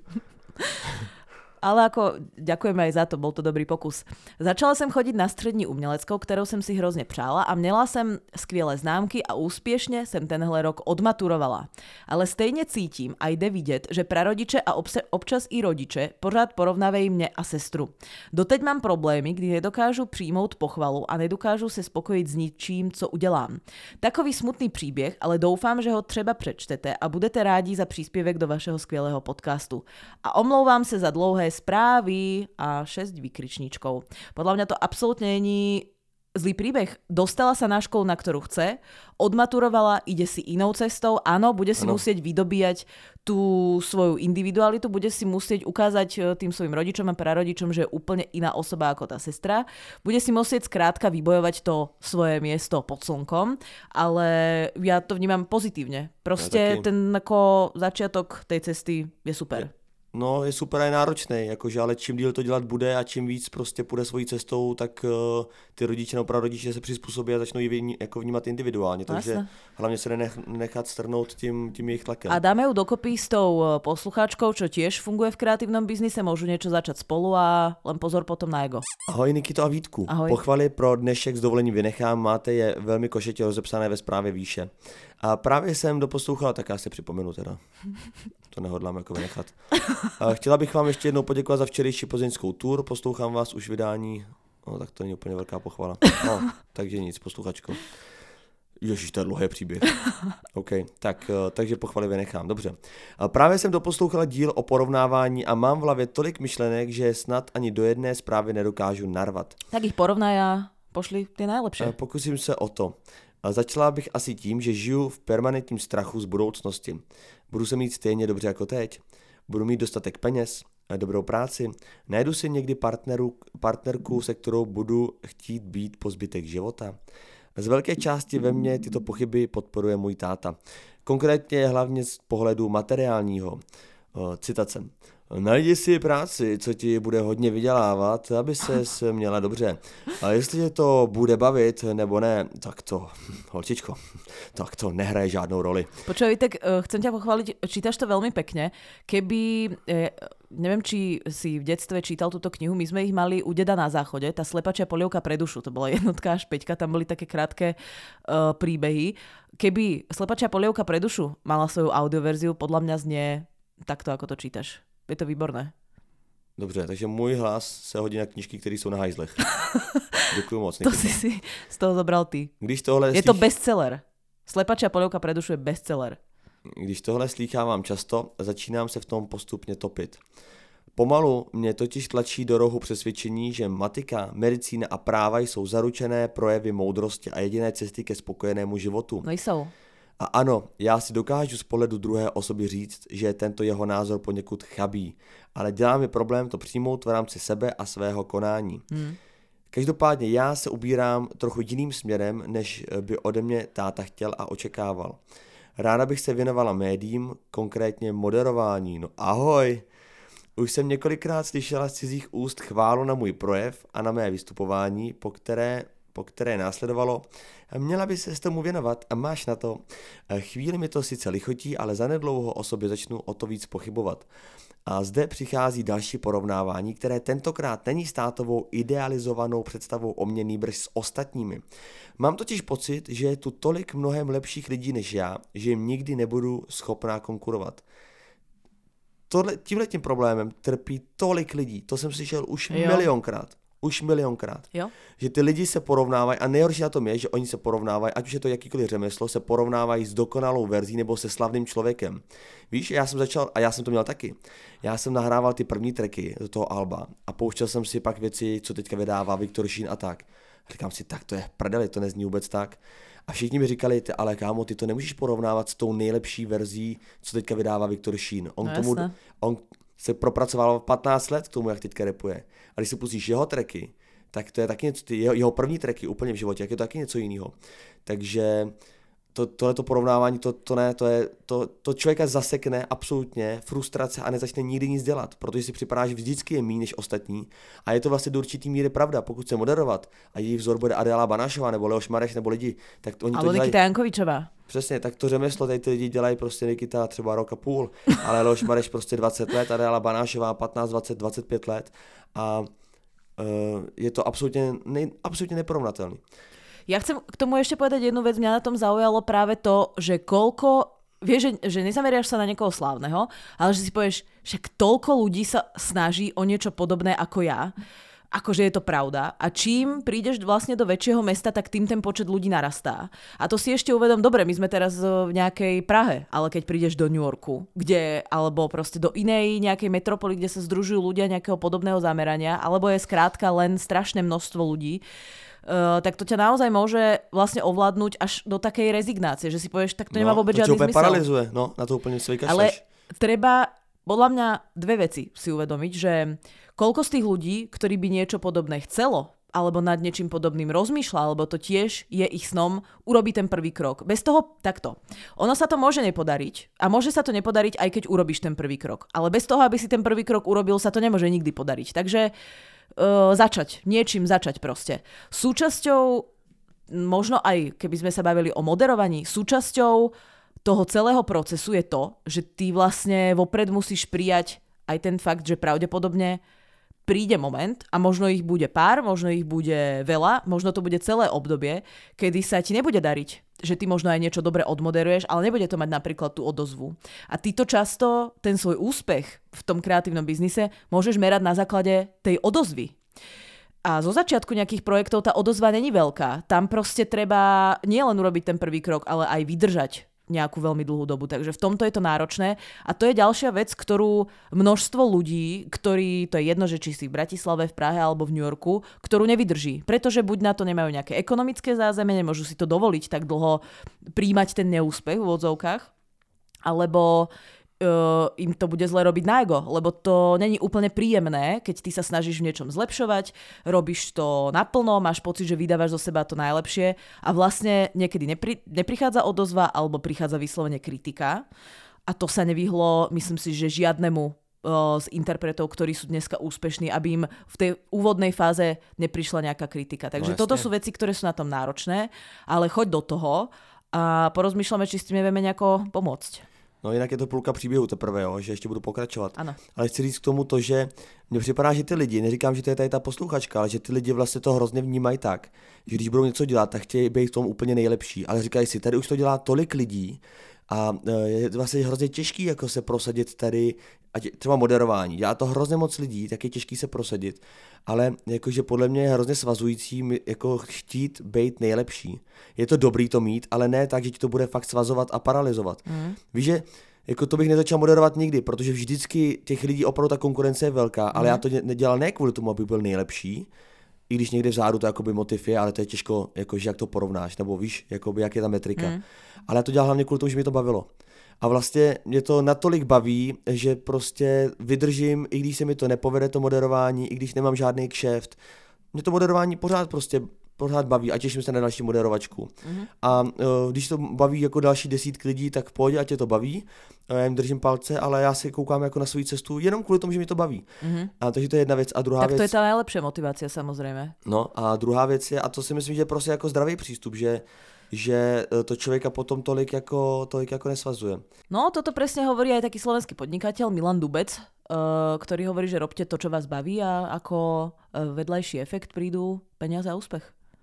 Ale ako ďakujeme aj za to, bol to dobrý pokus. Začala som chodiť na střední uměleckou, kterou jsem si hrozně přála a měla jsem skvělé známky a úspěšně jsem tenhle rok odmaturovala. Ale stejně cítím a jde vidět, že prarodiče a občas i rodiče pořád porovnávají mě a sestru. Doteď mám problémy, kdy nedokážu přijmout pochvalu a nedokážu se spokojit s ničím, co udělám. Takový smutný příběh, ale doufám, že ho třeba přečtete a budete rádi za příspěvek do vašeho skvělého podcastu. A omlouvám se za dlouhé správy a šesť vykričníčkov. Podľa mňa to absolútne není zlý príbeh. Dostala sa na školu, na ktorú chce, odmaturovala, ide si inou cestou. Áno, bude si ano. musieť vydobíjať tú svoju individualitu, bude si musieť ukázať tým svojim rodičom a prarodičom, že je úplne iná osoba ako tá sestra. Bude si musieť skrátka vybojovať to svoje miesto pod slnkom, ale ja to vnímam pozitívne. Proste ja ten ako začiatok tej cesty je super. No, je super a je náročný, jakože, ale čím díl to dělat bude a čím víc prostě půjde svojí cestou, tak uh, ty rodiče nebo prarodiče se přizpůsobí a začnou ji vní, jako vnímat individuálně, takže Jasne. hlavně se nenech, nechat strnout tím, tím jejich tlakem. A dáme ju dokopy s tou poslucháčkou, čo tiež funguje v kreatívnom biznise, môžu niečo začať spolu a len pozor potom na ego. Ahoj Nikito a Vítku. Ahoj. Pochvaly pro dnešek s dovolením vynechám, máte je velmi košetě rozepsané ve zprávě výše. A právě jsem doposlouchala, tak já si připomenu teda. To nehodlám jako vynechat. A chtěla bych vám ještě jednou poděkovat za včerejší plzeňskou tour. Poslouchám vás už vydání. No, tak to není úplně velká pochvala. No, takže nic, posluchačko. Ježiš, to je dlouhý příběh. OK, tak, takže pochvaly vynechám. Dobře. A právě jsem doposlouchala díl o porovnávání a mám v hlavě tolik myšlenek, že snad ani do jedné zprávy nedokážu narvat. Tak ich porovnaj a pošli ty nejlepší. Pokusím se o to. A začala bych asi tím, že žiju v permanentním strachu z budoucnosti. Budu se mít stejně dobře jako teď. Budu mít dostatek peněz, dobrou práci. Najdu si někdy partneru, partnerku, se kterou budu chtít být po zbytek života. Z velké části ve mně tyto pochyby podporuje můj táta. Konkrétně hlavně z pohledu materiálního. Citace. Najdi si práci, co ti bude hodně vydělávat, aby ses měla dobře. A jestli to bude bavit nebo ne, tak to, holčičko, tak to nehraje žádnou roli. Počuj, tak uh, chcem ťa pochváliť, čítaš to veľmi pekne. Keby, eh, neviem, či si v detstve čítal túto knihu, my sme ich mali u Deda na záchode, tá Slepačia polievka pre dušu, to bola jednotka až päťka, tam boli také krátke uh, príbehy. Keby Slepačia polievka pre dušu mala svoju audioverziu, podľa mňa znie takto, ako to čítaš. Je to výborné. Dobře, takže můj hlas se hodí na knížky, které jsou na hajzlech. Děkuju moc. To si si z toho zobral ty. Když tohle je slyš... to bestseller. Slepačia polievka pre dušu je bestseller. Když tohle slýchávám často, začínám se v tom postupně topit. Pomalu mě totiž tlačí do rohu přesvědčení, že matika, medicína a práva jsou zaručené projevy moudrosti a jediné cesty ke spokojenému životu. No jsou. A ano, já si dokážu z pohledu druhé osoby říct, že je tento jeho názor poněkud chabý, ale dělá mi problém to přijmout v rámci sebe a svého konání. Hmm. Každopádně já se ubírám trochu jiným směrem, než by ode mě táta chtěl a očekával. Ráda bych se věnovala médiím, konkrétně moderování. No ahoj! Už jsem několikrát slyšela z cizích úst chválu na můj projev a na mé vystupování, po které... po které následovalo, měla by se s tomu věnovat a máš na to. Chvíli mi to sice lichotí, ale zanedlouho o sobě začnu o to víc pochybovat. A zde přichází další porovnávání, které tentokrát není s tátovou idealizovanou představou o mě nýbrž s ostatními. Mám totiž pocit, že je tu tolik mnohem lepších lidí než já, že jim nikdy nebudu schopná konkurovat. Tohle, tímhletím problémem trpí tolik lidí, to jsem slyšel už jo. milionkrát. Už milionkrát. Jo? Že ty lidi se porovnávají a nejhorší na tom je, že oni se porovnávají, ať už je to jakýkoliv řemeslo, se porovnávají s dokonalou verzí nebo se slavným člověkem. Víš, já jsem začal, a já jsem to měl taky, já jsem nahrával ty první tracky do toho alba a pouštěl jsem si pak věci, co teďka vydává Viktor Šín a tak. A říkám si, tak to je prdeli, to nezní vůbec tak. A všichni mi říkali, ty, ale kámo, ty to nemůžeš porovnávat s tou nejlepší verzí, co teďka vydává Viktor Šín. On, no, tomu, on se propracoval patnáct let k tomu, jak teďka rapuje. A když si pustíš jeho tracky, tak to je taky něco, jeho, jeho první tracky úplně v životě, jak je to taky něco jiného. Takže to, tohleto porovnávání, to, to ne, to je, to, to člověka zasekne absolutně, frustrace a nezačne nikdy nic dělat, protože si připadá, že vždycky je méně než ostatní. A je to vlastně do určitý míry pravda, pokud chce moderovat a jejich vzor bude Adéla Banášová nebo Leoš Mareš nebo lidi, tak to oni a to dělají. Nikita Jankovičová. Přesně, tak to řemeslo tady ty lidi dělají prostě Nikita třeba rok a půl, ale Leoš Mareš prostě dvacet let, Adéla Banášová patnáct, dvacet, dvacet pět let a uh, je to absolutně, ne, absolutně neporovnatelný. Ja chcem k tomu ešte povedať jednu vec, mňa na tom zaujalo práve to, že koľko, vieš, že, že nezameriaš sa na niekoho slávneho, ale že si povieš, však toľko ľudí sa snaží o niečo podobné ako ja, akože je to pravda. A čím prídeš vlastne do väčšieho mesta, tak tým ten počet ľudí narastá. A to si ešte uvedom, dobre, my sme teraz v nejakej Prahe, ale keď prídeš do New Yorku, kde, alebo proste do inej nejakej metropoly, kde sa združujú ľudia nejakého podobného zamerania, alebo je skrátka len strašné množstvo ľudí, Uh, tak to ťa naozaj môže vlastne ovládnuť až do takej rezignácie, že si povieš, tak to no, nemá vôbec žiadny zmysel. To ťa paralizuje, no, na to úplne si vykašľaš. Ale treba, podľa mňa, dve veci si uvedomiť, že koľko z tých ľudí, ktorí by niečo podobné chcelo, alebo nad niečím podobným rozmýšľa, alebo to tiež je ich snom, urobí ten prvý krok. Bez toho, takto. Ono sa to môže nepodariť a môže sa to nepodariť, aj keď urobíš ten prvý krok. Ale bez toho, aby si ten prvý krok urobil, sa to nemôže nikdy podariť. Takže Uh, začať, niečím začať proste. Súčasťou, možno aj keby sme sa bavili o moderovaní, súčasťou toho celého procesu je to, že ty vlastne vopred musíš prijať aj ten fakt, že pravdepodobne príde moment, a možno ich bude pár, možno ich bude veľa, možno to bude celé obdobie, kedy sa ti nebude dariť, že ty možno aj niečo dobre odmoderuješ, ale nebude to mať napríklad tú odozvu. A ty to často, ten svoj úspech v tom kreatívnom biznise môžeš merať na základe tej odozvy. A zo začiatku nejakých projektov tá odozva není veľká. Tam proste treba nielen urobiť ten prvý krok, ale aj vydržať nejakú veľmi dlhú dobu. Takže v tomto je to náročné. A to je ďalšia vec, ktorú množstvo ľudí, ktorí, to je jedno, že či si v Bratislave, v Prahe alebo v New Yorku, ktorú nevydrží. Pretože buď na to nemajú nejaké ekonomické zázemie, nemôžu si to dovoliť tak dlho príjmať ten neúspech v odzovkách, alebo Uh, im to bude zle robiť na ego, lebo to není úplne príjemné, keď ty sa snažíš v niečom zlepšovať, robíš to naplno, máš pocit, že vydávaš zo seba to najlepšie a vlastne niekedy nepri, neprichádza odozva alebo prichádza vyslovene kritika a to sa nevyhlo, myslím si, že žiadnemu uh, z interpretov, ktorí sú dneska úspešní, aby im v tej úvodnej fáze neprišla nejaká kritika. Takže no, toto sú veci, ktoré sú na tom náročné, ale choď do toho a porozmýšľame, či s tím nevieme nejako pomôcť. No jinak je to půlka příběhu teprve, jo, že ještě budu pokračovat. Ano. Ale chci říct k tomu to, že mně připadá, že ty lidi, neříkám, že to je tady ta posluchačka, ale že ty lidi vlastně to hrozně vnímají tak, že když budou něco dělat, tak chtějí být v tom úplně nejlepší. Ale říkají si, tady už to dělá tolik lidí a je vlastně hrozně těžký jako se prosadit tady, ať třeba moderování, dělá to hrozně moc lidí, tak je těžký se prosadit, ale jakože podle mě je hrozně svazující jako chtít být nejlepší. Je to dobrý to mít, ale ne tak, že ti to bude fakt svazovat a paralyzovat. Mm. Víš, že jako to bych nezačal moderovat nikdy, protože vždycky těch lidí opravdu ta konkurence je velká, ale mm. já to nedělal ne kvůli tomu, aby byl nejlepší, i když někde vzadu to jakoby motiv je, ale to je těžko, jakože jak to porovnáš, nebo víš, jakoby, jak je ta metrika. Mm. Ale já to dělal hlavně kvůli tomu, že mi to bavilo. A vlastně mě to natolik baví, že prostě vydržím, i když se mi to nepovede, to moderování, i když nemám žádný kšeft. Mě to moderování pořád prostě pořád baví a těším se na další moderovačku. Mm-hmm. A uh, když to baví jako další desítky lidí, tak pojď, ať tě to baví. Já jim držím palce, ale já si koukám jako na svou cestu jenom kvůli tomu, že mi to baví. Mm-hmm. A takže to je jedna věc. A druhá tak věc... to je ta nejlepší motivace samozřejmě. No a druhá věc je, a to si myslím, že je prostě jako zdravý přístup, že že to člověka potom tolik jako, tolik jako nesvazuje. No, toto presne hovorí aj taký slovenský podnikateľ Milan Dubec, uh, ktorý hovorí, že robte to, čo vás baví a ako vedľajší efekt prídu peniaze a úspech.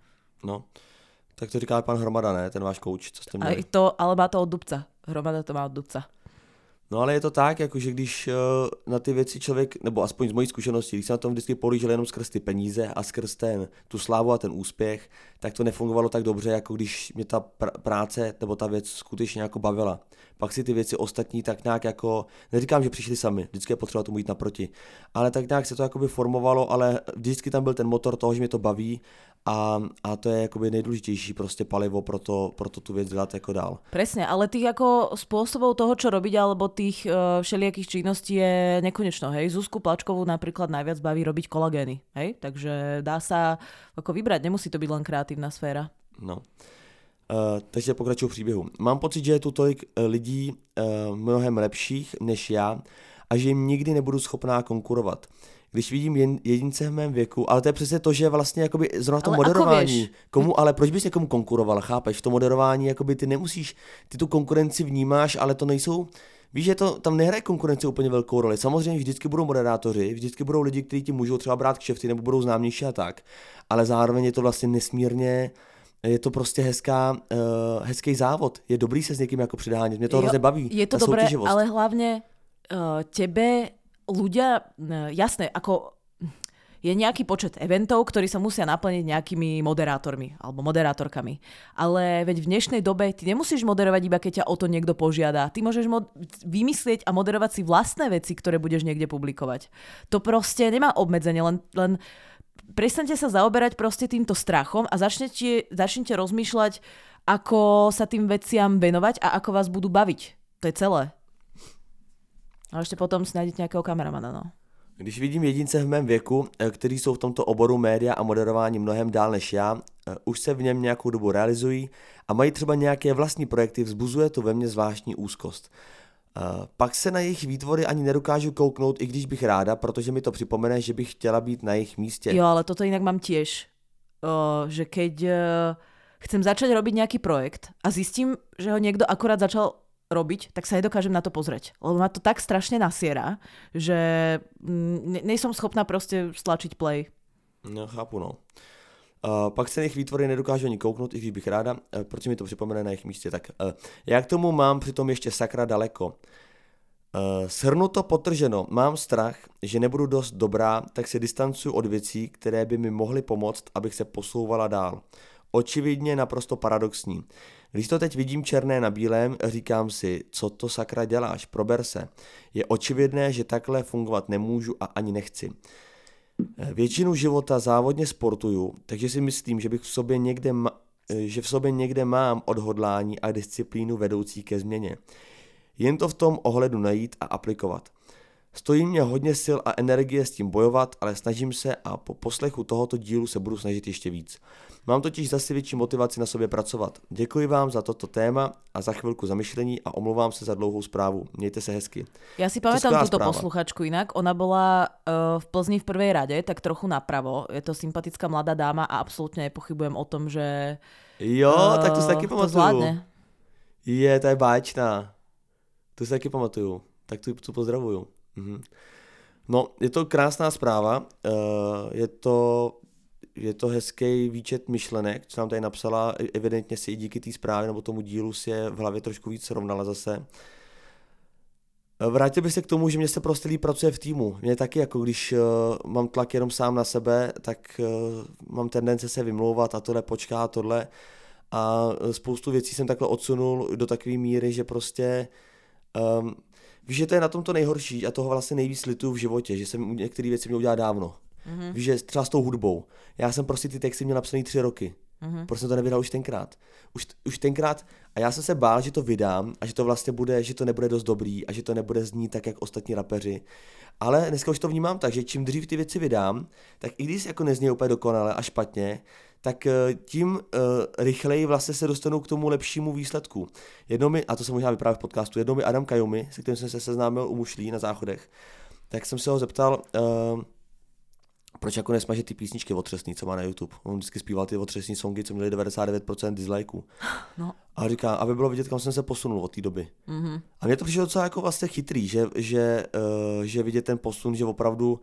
No, tak to říká pan Hromada, ne? Ten váš kouč, co jste měli. Aj to, ale má to od Dubca. Hromada to má od Dubca. No ale je to tak, jakože když uh, na ty věci člověk, nebo aspoň z mojí zkušenosti, když se na tom vždycky polížel jenom skrz ty peníze a skrz ten, tu slávu a ten úspěch, tak to nefungovalo tak dobře, jako když mě ta pr- práce nebo ta věc skutečně jako bavila. Pak si ty věci ostatní tak nějak jako, neříkám, že přišli sami, vždycky je potřeba tomu jít naproti, ale tak nějak se to jakoby formovalo, ale vždycky tam byl ten motor toho, že mě to baví a, a to je jakoby nejdůležitější prostě palivo pro to, pro to tu věc dělat jako dál. Presne, ale tých ako spôsobov toho, čo robiť, alebo tých uh, všelijakých činností je nekonečno, hej. Zuzku Plačkovú napríklad najviac baví robiť kolagény, hej. Takže dá sa ako vybrať, nemusí to byť len kreatívna sféra. No. Uh, takže pokračuju v příběhu. Mám pocit, že je tu tolik uh, lidí uh, mnohem lepších než já a že jim nikdy nebudu schopná konkurovat. Když vidím jen, jedince v mém věku, ale to je přesně to, že vlastně jakoby zrovna to moderování, komu, ale proč bys někomu konkuroval, chápeš? V tom moderování jakoby ty nemusíš, ty tu konkurenci vnímáš, ale to nejsou, víš, že to tam nehraje konkurence úplně velkou roli. Samozřejmě vždycky budou moderátoři, vždycky budou lidi, kteří ti můžou třeba brát kšefty nebo budou známější a tak, ale zároveň je to vlastně nesmírně, je to prostě hezká, uh, hezký závod. Je dobrý se s někým jako přidánět. Mě to hrozně baví. Je to dobré, ale hlavně uh, tebe ľudia, uh, jasné, ako je nejaký počet eventov, ktorí sa musia naplniť nejakými moderátormi alebo moderátorkami. Ale veď v dnešnej dobe ty nemusíš moderovať iba keď ťa o to niekto požiada. Ty môžeš mod- vymyslieť a moderovať si vlastné veci, ktoré budeš niekde publikovať. To proste nemá obmedzenie, len, len prestaňte sa zaoberať proste týmto strachom a začnete, začnite rozmýšľať, ako sa tým veciam venovať a ako vás budú baviť. To je celé. A ešte potom si nájdete nejakého kameramana, no. Když vidím jedince v mém věku, kteří jsou v tomto oboru média a moderování mnohem dál než já, už se v něm nějakou dobu realizují a mají třeba nějaké vlastní projekty, vzbuzuje to ve mně zvláštní úzkost. Pak se na jejich výtvory ani nedokážu kouknout, i když bych ráda, protože mi to připomene, že bych chtěla být na jejich místě. Jo, ale toto inak mám tiež, o, že keď uh, chcem začať robiť nejaký projekt a zistím, že ho niekto akurát začal robiť, tak sa nedokážem na to pozrieť. Lebo ma to tak strašne nasiera, že ne- nejsem schopná proste stlačiť play. No, chápu, no. Uh, pak se jejich výtvory nedokážu ani kouknout, i když bych ráda, uh, protože mi to připomene na jejich místě. Tak uh, já k tomu mám přitom ještě sakra daleko. Uh, shrnuto, potrženo, mám strach, že nebudu dost dobrá, tak se distancuju od věcí, které by mi mohly pomoct, abych se posouvala dál. Očividně naprosto paradoxní. Když to teď vidím černé na bílém, říkám si, co to sakra děláš, prober se. Je očividné, že takhle fungovat nemůžu a ani nechci. Většinu života závodně sportuju, takže si myslím, že bych v sobě někde, ma- že v sobě někde mám odhodlání a disciplínu vedoucí ke změně. Jen to v tom ohledu najít a aplikovat. Stojí mě hodně sil a energie s tím bojovat, ale snažím se a po poslechu tohoto dílu se budu snažit ještě víc. Mám totiž zase větší motivaci na sobě pracovat. Děkuji vám za toto téma a za chvilku zamyšlení a omlouvám se za dlouhou správu. Mějte se hezky. Ja si pamätám túto posluchačku inak. Ona bola uh, v Plzni v prvej rade, tak trochu napravo. Je to sympatická mladá dáma a absolútne nepochybujem o tom, že Jo, uh, tak to si taky to pamatuju. zvládne. Je, to je báječná. To si taky pamatuju. Tak tu, tu pozdravuju. Mhm. No, je to krásná zpráva. Uh, je to... Je to hezký výčet myšlenek, co nám tady napsala, evidentně si i díky té zprávě nebo tomu dílu si je v hlavě trošku víc srovnala zase. Vrátil bych se k tomu, že mě se prostě líp pracuje v týmu. Mě taky, jako když uh, mám tlak jenom sám na sebe, tak uh, mám tendence se vymlouvat a tohle počká, tohle. A spoustu věcí jsem takhle odsunul do takové míry, že prostě... Um, víš, že to je na tom to nejhorší a toho vlastně nejvíc lituju v životě, že jsem některé věci měl udělat dávno. Mm-hmm. Víš, že třeba s tou hudbou. Já jsem prostě ty texty měl napsaný tři roky. Mm-hmm. Prostě jsem to nevydal už tenkrát. Už, už tenkrát. A já jsem se bál, že to vydám a že to vlastně bude, že to nebude dost dobrý a že to nebude znít tak, jak ostatní rapeři. Ale dneska už to vnímám tak, že čím dřív ty věci vydám, tak i když jako nezní úplně dokonale a špatně, tak tím uh, rychleji vlastně se dostanu k tomu lepšímu výsledku. Jednou mi, a to jsem možná vyprávěl v podcastu, jednou mi Adam Kajumi, se kterým jsem se seznámil u Mušlí na Záchodech, tak jsem se ho zeptal, uh, proč jako nesmaže ty písničky otřesný, co má na YouTube. On vždycky zpíval ty otřesný songy, co měly devadesát devět procent dislikeů. No. A říká, aby bylo vidět, kam jsem se posunul od té doby. Mm-hmm. A mně to přišlo docela jako vlastně chytrý, že, že, uh, že vidět ten posun, že opravdu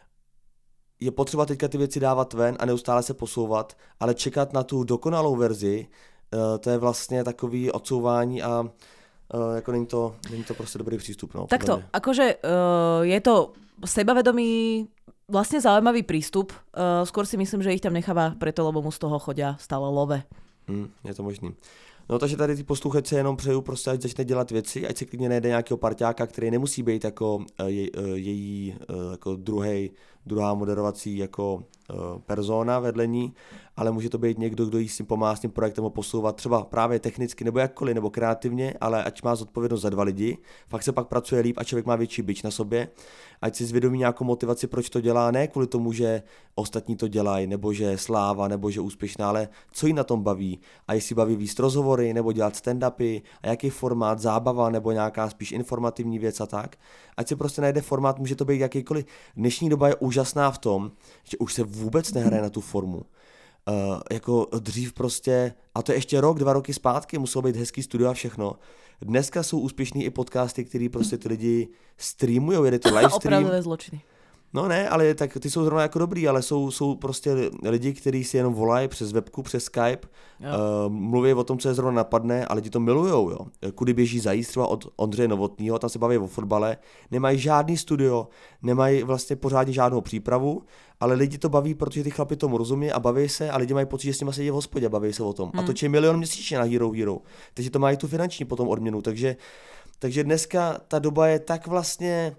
je potřeba teďka ty věci dávat ven a neustále se posouvat, ale čekat na tu dokonalou verzi, uh, to je vlastně takový odsouvání a uh, jako není to, není to prostě dobrý přístup. No, takto, akože uh, je to sebavedomý vlastne zaujímavý prístup. Uh, skôr si myslím, že ich tam necháva preto, lebo mu z toho chodia stále love. Hmm, je to možný. No takže tady ty posluchače jenom přeju prostě, ať začne dělat věci, ať se klidně najde nějakého parťáka, který nemusí být jako uh, je, uh, její uh, jako druhej, druhá moderovací jako uh, persona vedle ní, ale může to být někdo, kdo jí s tím pomáhá s tím projektem ho posouvat třeba právě technicky nebo jakkoliv, nebo kreativně, ale ať má zodpovědnost za dva lidi, fakt se pak pracuje líp a člověk má větší bič na sobě, ať si zvědomí nějakou motivaci, proč to dělá, ne kvůli tomu, že ostatní to dělají, nebo že je sláva, nebo že úspěšná, ale co jí na tom baví a jestli baví víc rozhovory, nebo dělat stand-upy a jaký formát, zábava, nebo nějaká spíš informativní věc a tak. Ať si prostě najde formát, může to být jakýkoliv. Dnešní doba je úžasná v tom, že už se vůbec nehraje na tu formu. Uh, jako dřív prostě, a to je ještě rok, dva roky zpátky, muselo být hezký studio a všechno. Dneska jsou úspěšný i podcasty, který prostě ty lidi streamujou, jede to live stream. Opravdové zločiny. No ne, ale tak ty jsou zrovna jako dobrý, ale jsou, jsou prostě lidi, kteří si jenom volají přes webku, přes Skype, uh, mluví o tom, co je zrovna napadne a lidi to milujou, jo. Kudy běží zajíst třeba od Ondřeje Novotnýho, tam se baví o fotbale, nemají žádný studio, nemají vlastně pořádně žádnou přípravu, ale lidi to baví, protože ty chlapi tomu rozumí a baví se a lidi mají pocit, že s nimi sedí v hospodě a baví se o tom. Hmm. A točí milion měsíčně na Hero Hero, takže to mají tu finanční potom odměnu, takže, takže dneska ta doba je tak vlastně...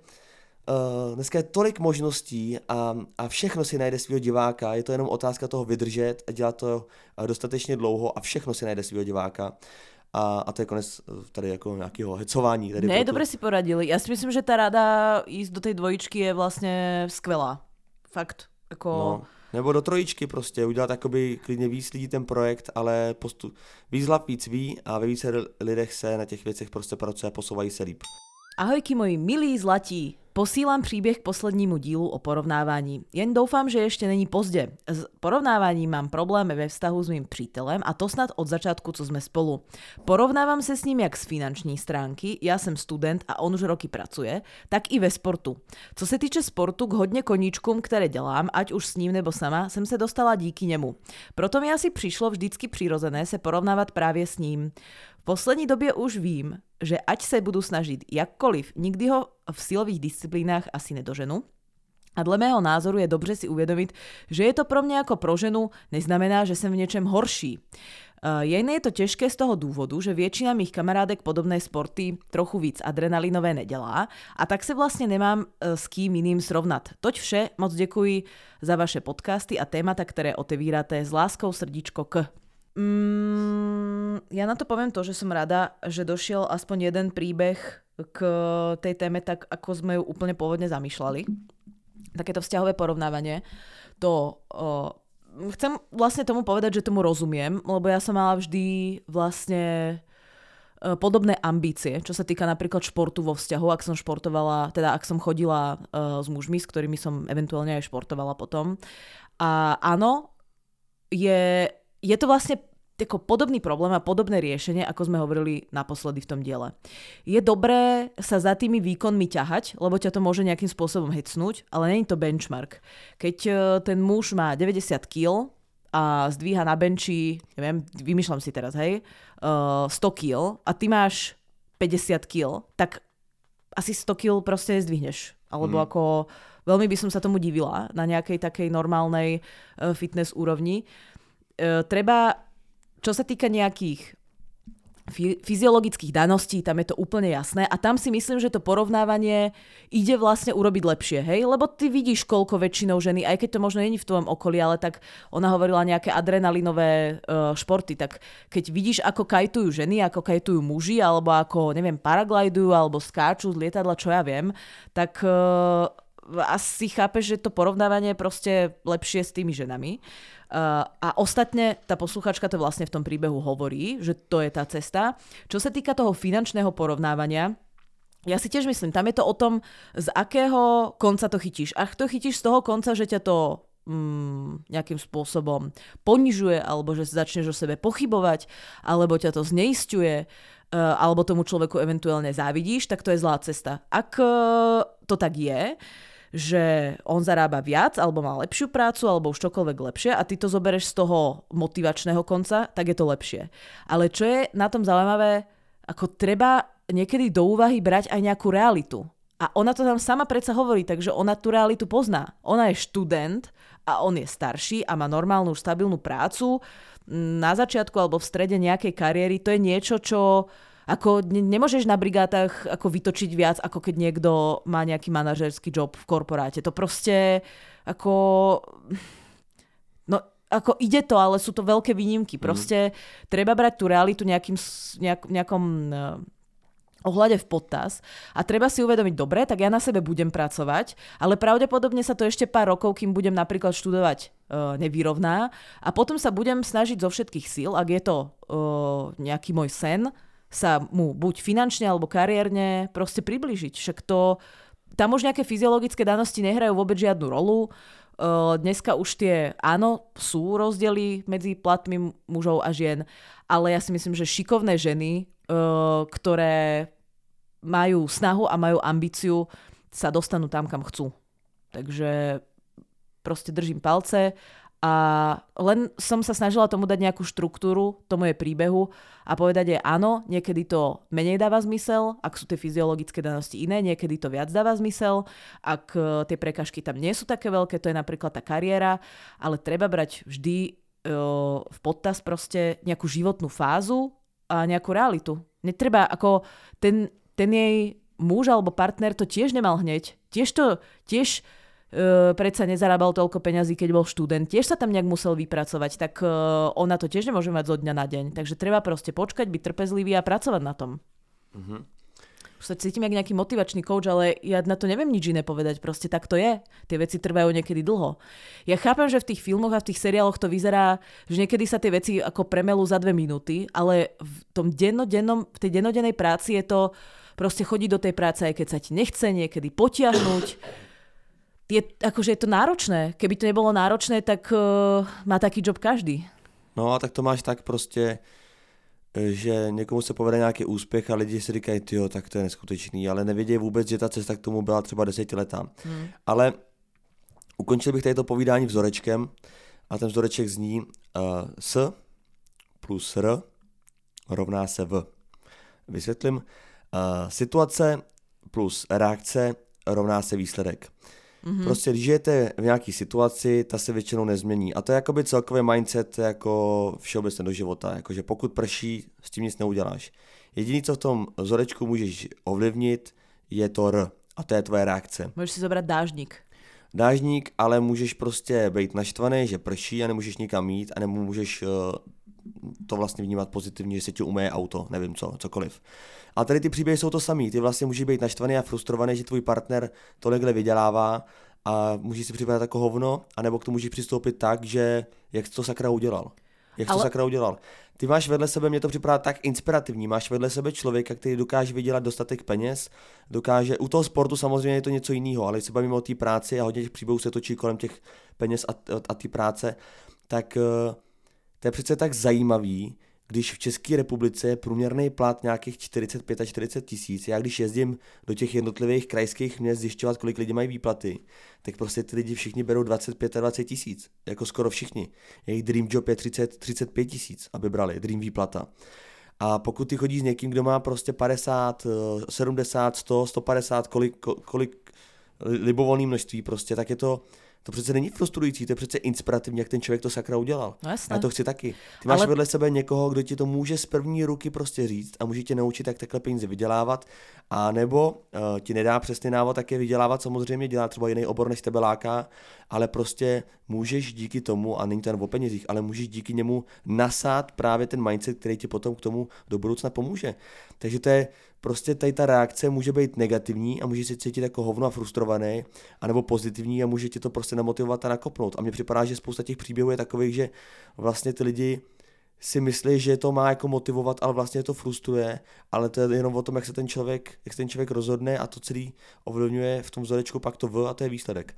Uh, dneska je tolik možností a, a všechno si najde svého diváka, je to jenom otázka toho vydržet a dělat to dostatečně dlouho a všechno si najde svého diváka. A, a to je konec tady jako nějakého hecování. Tady ne, dobre si poradili. Ja si myslím, že tá rada ísť do tej dvojičky je vlastne skvelá. Fakt. Ako... No, nebo do trojičky prostě, udělat jakoby klidně víc lidí ten projekt, ale postup, víc hlav víc ví a ve více lidech se na těch věcech prostě pracuje a posouvají se líp. Ahojky moji milí zlatí. Posílám příběh k poslednímu dílu o porovnávání. Jen doufám, že ještě není pozdě. S porovnáváním mám problémy ve vztahu s mým přítelem a to snad od začátku, co jsme spolu. Porovnávám se s ním jak z finanční stránky, já jsem student a on už roky pracuje, tak i ve sportu. Co se týče sportu, k hodně koníčkům, které dělám, ať už s ním nebo sama, jsem se dostala díky němu. Proto mi asi přišlo vždycky přirozené se porovnávat právě s ním. V poslední době už vím, že ať se budu snažit jakkoliv, nikdy ho v silových disciplínách asi nedoženu. A dle mého názoru je dobře si uvědomit, že je to pro mě jako pro ženu, neznamená, že jsem v něčem horší. Jen je to těžké z toho důvodu, že většina mých kamarádek podobné sporty trochu víc adrenalinové nedělá a tak se vlastně nemám s kým jiným srovnat. Toť vše, moc děkuji za vaše podcasty a témata, které otevíráte s láskou srdíčko k. Mm, ja na to poviem to, že som rada, že došiel aspoň jeden príbeh k tej téme tak, ako sme ju úplne pôvodne zamýšľali. Takéto vzťahové porovnávanie. To uh, chcem vlastne tomu povedať, že tomu rozumiem, lebo ja som mala vždy vlastne uh, podobné ambície, čo sa týka napríklad športu vo vzťahu, ak som športovala, teda ak som chodila uh, s mužmi, s ktorými som eventuálne aj športovala potom. A áno, je... Je to vlastne tako podobný problém a podobné riešenie, ako sme hovorili naposledy v tom diele. Je dobré sa za tými výkonmi ťahať, lebo ťa to môže nejakým spôsobom hecnúť, ale nie je to benchmark. Keď ten muž má deväťdesiat kíl a zdvíha na benči, neviem, vymýšľam si teraz, hej, sto kíl a ty máš päťdesiat kíl, tak asi sto kíl proste nezdvihneš. Alebo hmm. ako veľmi by som sa tomu divila na nejakej takej normálnej fitness úrovni. Uh, treba, čo sa týka nejakých fy- fyziologických daností, tam je to úplne jasné a tam si myslím, že to porovnávanie ide vlastne urobiť lepšie, hej? Lebo ty vidíš, koľko väčšinou ženy, aj keď to možno není v tvojom okolí, ale tak ona hovorila nejaké adrenalinové uh, športy, tak keď vidíš, ako kajtujú ženy, ako kajtujú muži, alebo ako, neviem, paraglidujú, alebo skáču z lietadla, čo ja viem, tak uh, asi chápeš, že to porovnávanie je proste lepšie s tými ženami. Uh, a ostatne tá posluchačka to vlastne v tom príbehu hovorí, že to je tá cesta. Čo sa týka toho finančného porovnávania, ja si tiež myslím, tam je to o tom, z akého konca to chytíš. Ak to chytíš z toho konca, že ťa to mm, nejakým spôsobom ponižuje, alebo že začneš o sebe pochybovať, alebo ťa to zneisťuje, uh, alebo tomu človeku eventuálne závidíš, tak to je zlá cesta. Ak uh, to tak je, že on zarába viac, alebo má lepšiu prácu, alebo už čokoľvek lepšie a ty to zobereš z toho motivačného konca, tak je to lepšie. Ale čo je na tom zaujímavé, ako treba niekedy do úvahy brať aj nejakú realitu. A ona to tam sama predsa hovorí, takže ona tú realitu pozná. Ona je študent a on je starší a má normálnu, stabilnú prácu. Na začiatku alebo v strede nejakej kariéry to je niečo, čo... Ako ne, nemôžeš na brigádach ako vytočiť viac, ako keď niekto má nejaký manažerský job v korporáte. To proste ako... No, ako ide to, ale sú to veľké výnimky. Proste mm. treba brať tú realitu nejakým, nejak, nejakom uh, ohľade v potaz a treba si uvedomiť, dobre, tak ja na sebe budem pracovať, ale pravdepodobne sa to ešte pár rokov, kým budem napríklad študovať, uh, nevyrovná a potom sa budem snažiť zo všetkých síl, ak je to uh, nejaký môj sen, sa mu buď finančne alebo kariérne proste priblížiť. Však to, tam už nejaké fyziologické danosti nehrajú vôbec žiadnu rolu. Uh, dneska už tie, áno, sú rozdiely medzi platmi mužov a žien, ale ja si myslím, že šikovné ženy, uh, ktoré majú snahu a majú ambíciu, sa dostanú tam, kam chcú. Takže proste držím palce a len som sa snažila tomu dať nejakú štruktúru tomu je príbehu a povedať je áno, niekedy to menej dáva zmysel, ak sú tie fyziologické danosti iné, niekedy to viac dáva zmysel, ak tie prekažky tam nie sú také veľké, to je napríklad tá kariéra, ale treba brať vždy uh, v potaz proste nejakú životnú fázu a nejakú realitu. Netreba, ako ten, ten jej muž alebo partner to tiež nemal hneď. Tiež to, tiež Uh, predsa nezarábal toľko peňazí, keď bol študent, tiež sa tam nejak musel vypracovať, tak uh, ona to tiež nemôže mať zo dňa na deň. Takže treba proste počkať, byť trpezlivý a pracovať na tom. Mm-hmm. Už sa cítim jak nejaký motivačný coach, ale ja na to neviem nič iné povedať, proste tak to je. Tie veci trvajú niekedy dlho. Ja chápem, že v tých filmoch a v tých seriáloch to vyzerá, že niekedy sa tie veci ako premelú za dve minúty, ale v tom dennodennom, v tej dennodennej práci je to proste chodiť do tej práce, aj keď sa ti nechce, niekedy potiahnuť. Je, akože je to náročné. Keby to nebolo náročné, tak uh, má taký job každý. No a tak to máš tak prostě, že někomu se povede nějaký úspěch a lidi si říkají, tyjo, tak to je neskutečný, ale nevědějí vůbec, že ta cesta k tomu byla třeba desetiletá. Hmm. Ale ukončil bych tady to povídání vzorečkem a ten vzoreček zní uh, S plus R rovná se V. Vysvětlím. Uh, situace plus reakce rovná se výsledek. Mm-hmm. Prostě když žijete v nějaké situaci, ta se většinou nezmění. A to je jakoby celkový mindset jako všeobecně do života. Jakože pokud prší, s tím nic neuděláš. Jediné, co v tom vzorečku můžeš ovlivnit, je to R. A to je tvoje reakce. Můžeš si zobrat dážník. Dážník, ale můžeš prostě být naštvaný, že prší a nemůžeš nikam jít a nebo můžeš uh, to vlastně vnímat pozitivně, že se ti umeje auto, nevím co, cokoliv. A tady ty příběhy jsou to samý. Ty vlastně můžeš být naštvaný a frustrovaný, že tvůj partner tolikhle vydělává a můžeš si připadat jako hovno, anebo k tomu můžeš přistoupit tak, že jak to sakra udělal. Jak Ale... to sakra udělal. Ty máš vedle sebe, mě to připadá tak inspirativní, máš vedle sebe člověka, který dokáže vydělat dostatek peněz, dokáže, u toho sportu samozřejmě je to něco jiného, ale když se bavíme o té práci a hodně těch příběhů se točí kolem těch peněz a, a té práce, tak to je přece tak zajímavý, když v České republice je průměrný plat nějakých čtyřicet pět až čtyřicet tisíc. Já když jezdím do těch jednotlivých krajských měst zjišťovat, kolik lidí mají výplaty, tak prostě ty lidi všichni berou dvacet pět a dvacet tisíc. Jako skoro všichni. Jejich dream job je třicet třicet pět tisíc, aby brali dream výplata. A pokud ty chodíš s někým, kdo má prostě padesát, sedmdesát, sto, sto padesát, kolik, kolik libovolný množství prostě, tak je to To přece není frustrující, to je přece inspirativní, jak ten člověk to sakra udělal. No jasné. Já to chci taky. Ty máš Ale... vedle sebe někoho, kdo ti to může z první ruky prostě říct a může tě naučit, jak takhle peníze vydělávat, a nebo uh, ti nedá přesně návod, jak je vydělávat, samozřejmě dělá třeba jiný obor, než tebe láká, ale prostě můžeš díky tomu, a není to jen o penězích, ale můžeš díky němu nasát právě ten mindset, který ti potom k tomu do budoucna pomůže. Takže to je prostě tady ta reakce může být negativní a může se cítit jako hovno a frustrovaný, anebo pozitivní a může tě to prostě namotivovat a nakopnout. A mně připadá, že spousta těch příběhů je takových, že vlastně ty lidi si myslí, že to má jako motivovat, ale vlastně to frustruje, ale to je jenom o tom, jak se ten člověk, jak se ten člověk rozhodne a to celý ovlivňuje v tom vzorečku pak to V a to je výsledek.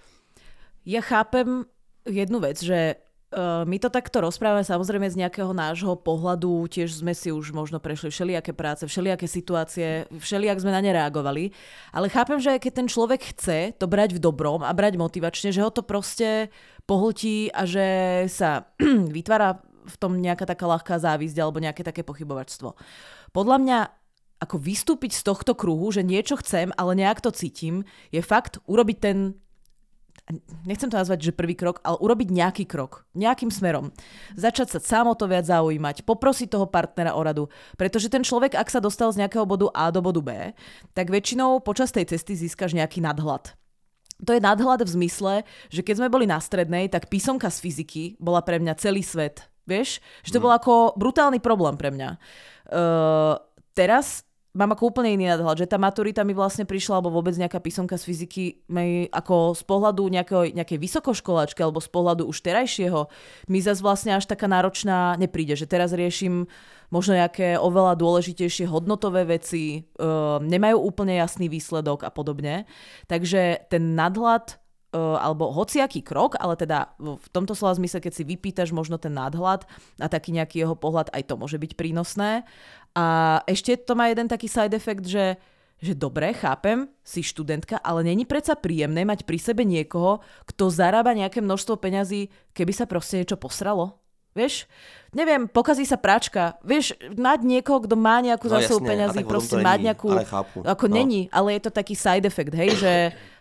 Ja chápem jednu vec, že Uh, my to takto rozprávame samozrejme z nejakého nášho pohľadu, tiež sme si už možno prešli všelijaké práce, všelijaké situácie, všelijak sme na ne reagovali, ale chápem, že keď ten človek chce to brať v dobrom a brať motivačne, že ho to proste pohltí a že sa vytvára v tom nejaká taká ľahká závisť alebo nejaké také pochybovačstvo. Podľa mňa ako vystúpiť z tohto kruhu, že niečo chcem, ale nejak to cítim, je fakt urobiť ten, nechcem to nazvať, že prvý krok, ale urobiť nejaký krok, nejakým smerom. Začať sa sám o to viac zaujímať, poprosiť toho partnera o radu, pretože ten človek, ak sa dostal z nejakého bodu A do bodu B, tak väčšinou počas tej cesty získaš nejaký nadhľad. To je nadhľad v zmysle, že keď sme boli na strednej, tak písomka z fyziky bola pre mňa celý svet. Vieš? Že to bol ako brutálny problém pre mňa. Uh, teraz mám ako úplne iný nadhľad, že tá maturita mi vlastne prišla, alebo vôbec nejaká písomka z fyziky mi ako z pohľadu nejakého, nejakej vysokoškoláčky alebo z pohľadu už terajšieho mi zase vlastne až taká náročná nepríde, že teraz riešim možno nejaké oveľa dôležitejšie hodnotové veci, uh, nemajú úplne jasný výsledok a podobne. Takže ten nadhľad uh, alebo hociaký krok, ale teda v tomto slova zmysle, keď si vypýtaš možno ten nadhľad a taký nejaký jeho pohľad, aj to môže byť prínosné. A ešte to má jeden taký side effect, že, že dobre, chápem, si študentka, ale není predsa príjemné mať pri sebe niekoho, kto zarába nejaké množstvo peňazí, keby sa proste niečo posralo. Vieš? Neviem, pokazí sa práčka. Vieš, mať niekoho, kto má nejakú no, zásobu peňazí, proste mať nejakú... Ale chápu. Ako no. není, ale je to taký side effect, hej, že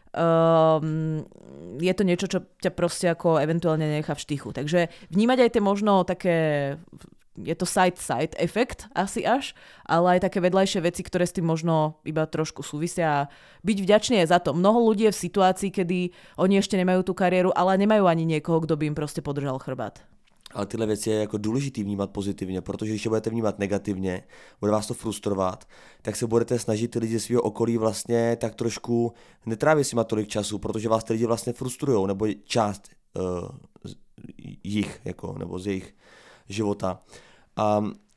um, je to niečo, čo ťa proste ako eventuálne nechá v štychu. Takže vnímať aj tie možno také... Je to side-side efekt asi až, ale aj také vedľajšie veci, ktoré s tým možno iba trošku súvisia. Byť vďačný je za to. Mnoho ľudí je v situácii, kedy oni ešte nemajú tú kariéru, ale nemajú ani niekoho, kto by im proste podržal chrbát. Ale tyhle věci je jako důležitý vnímat pozitivně, protože když je budete vnímat negativně, bude vás to frustrovat, tak se budete snažit ty lidi svého okolí vlastně tak trošku netrávit si má tolik času, protože vás ty lidi vlastně frustrujou, nebo část uh, jich, jako, nebo z jejich života. A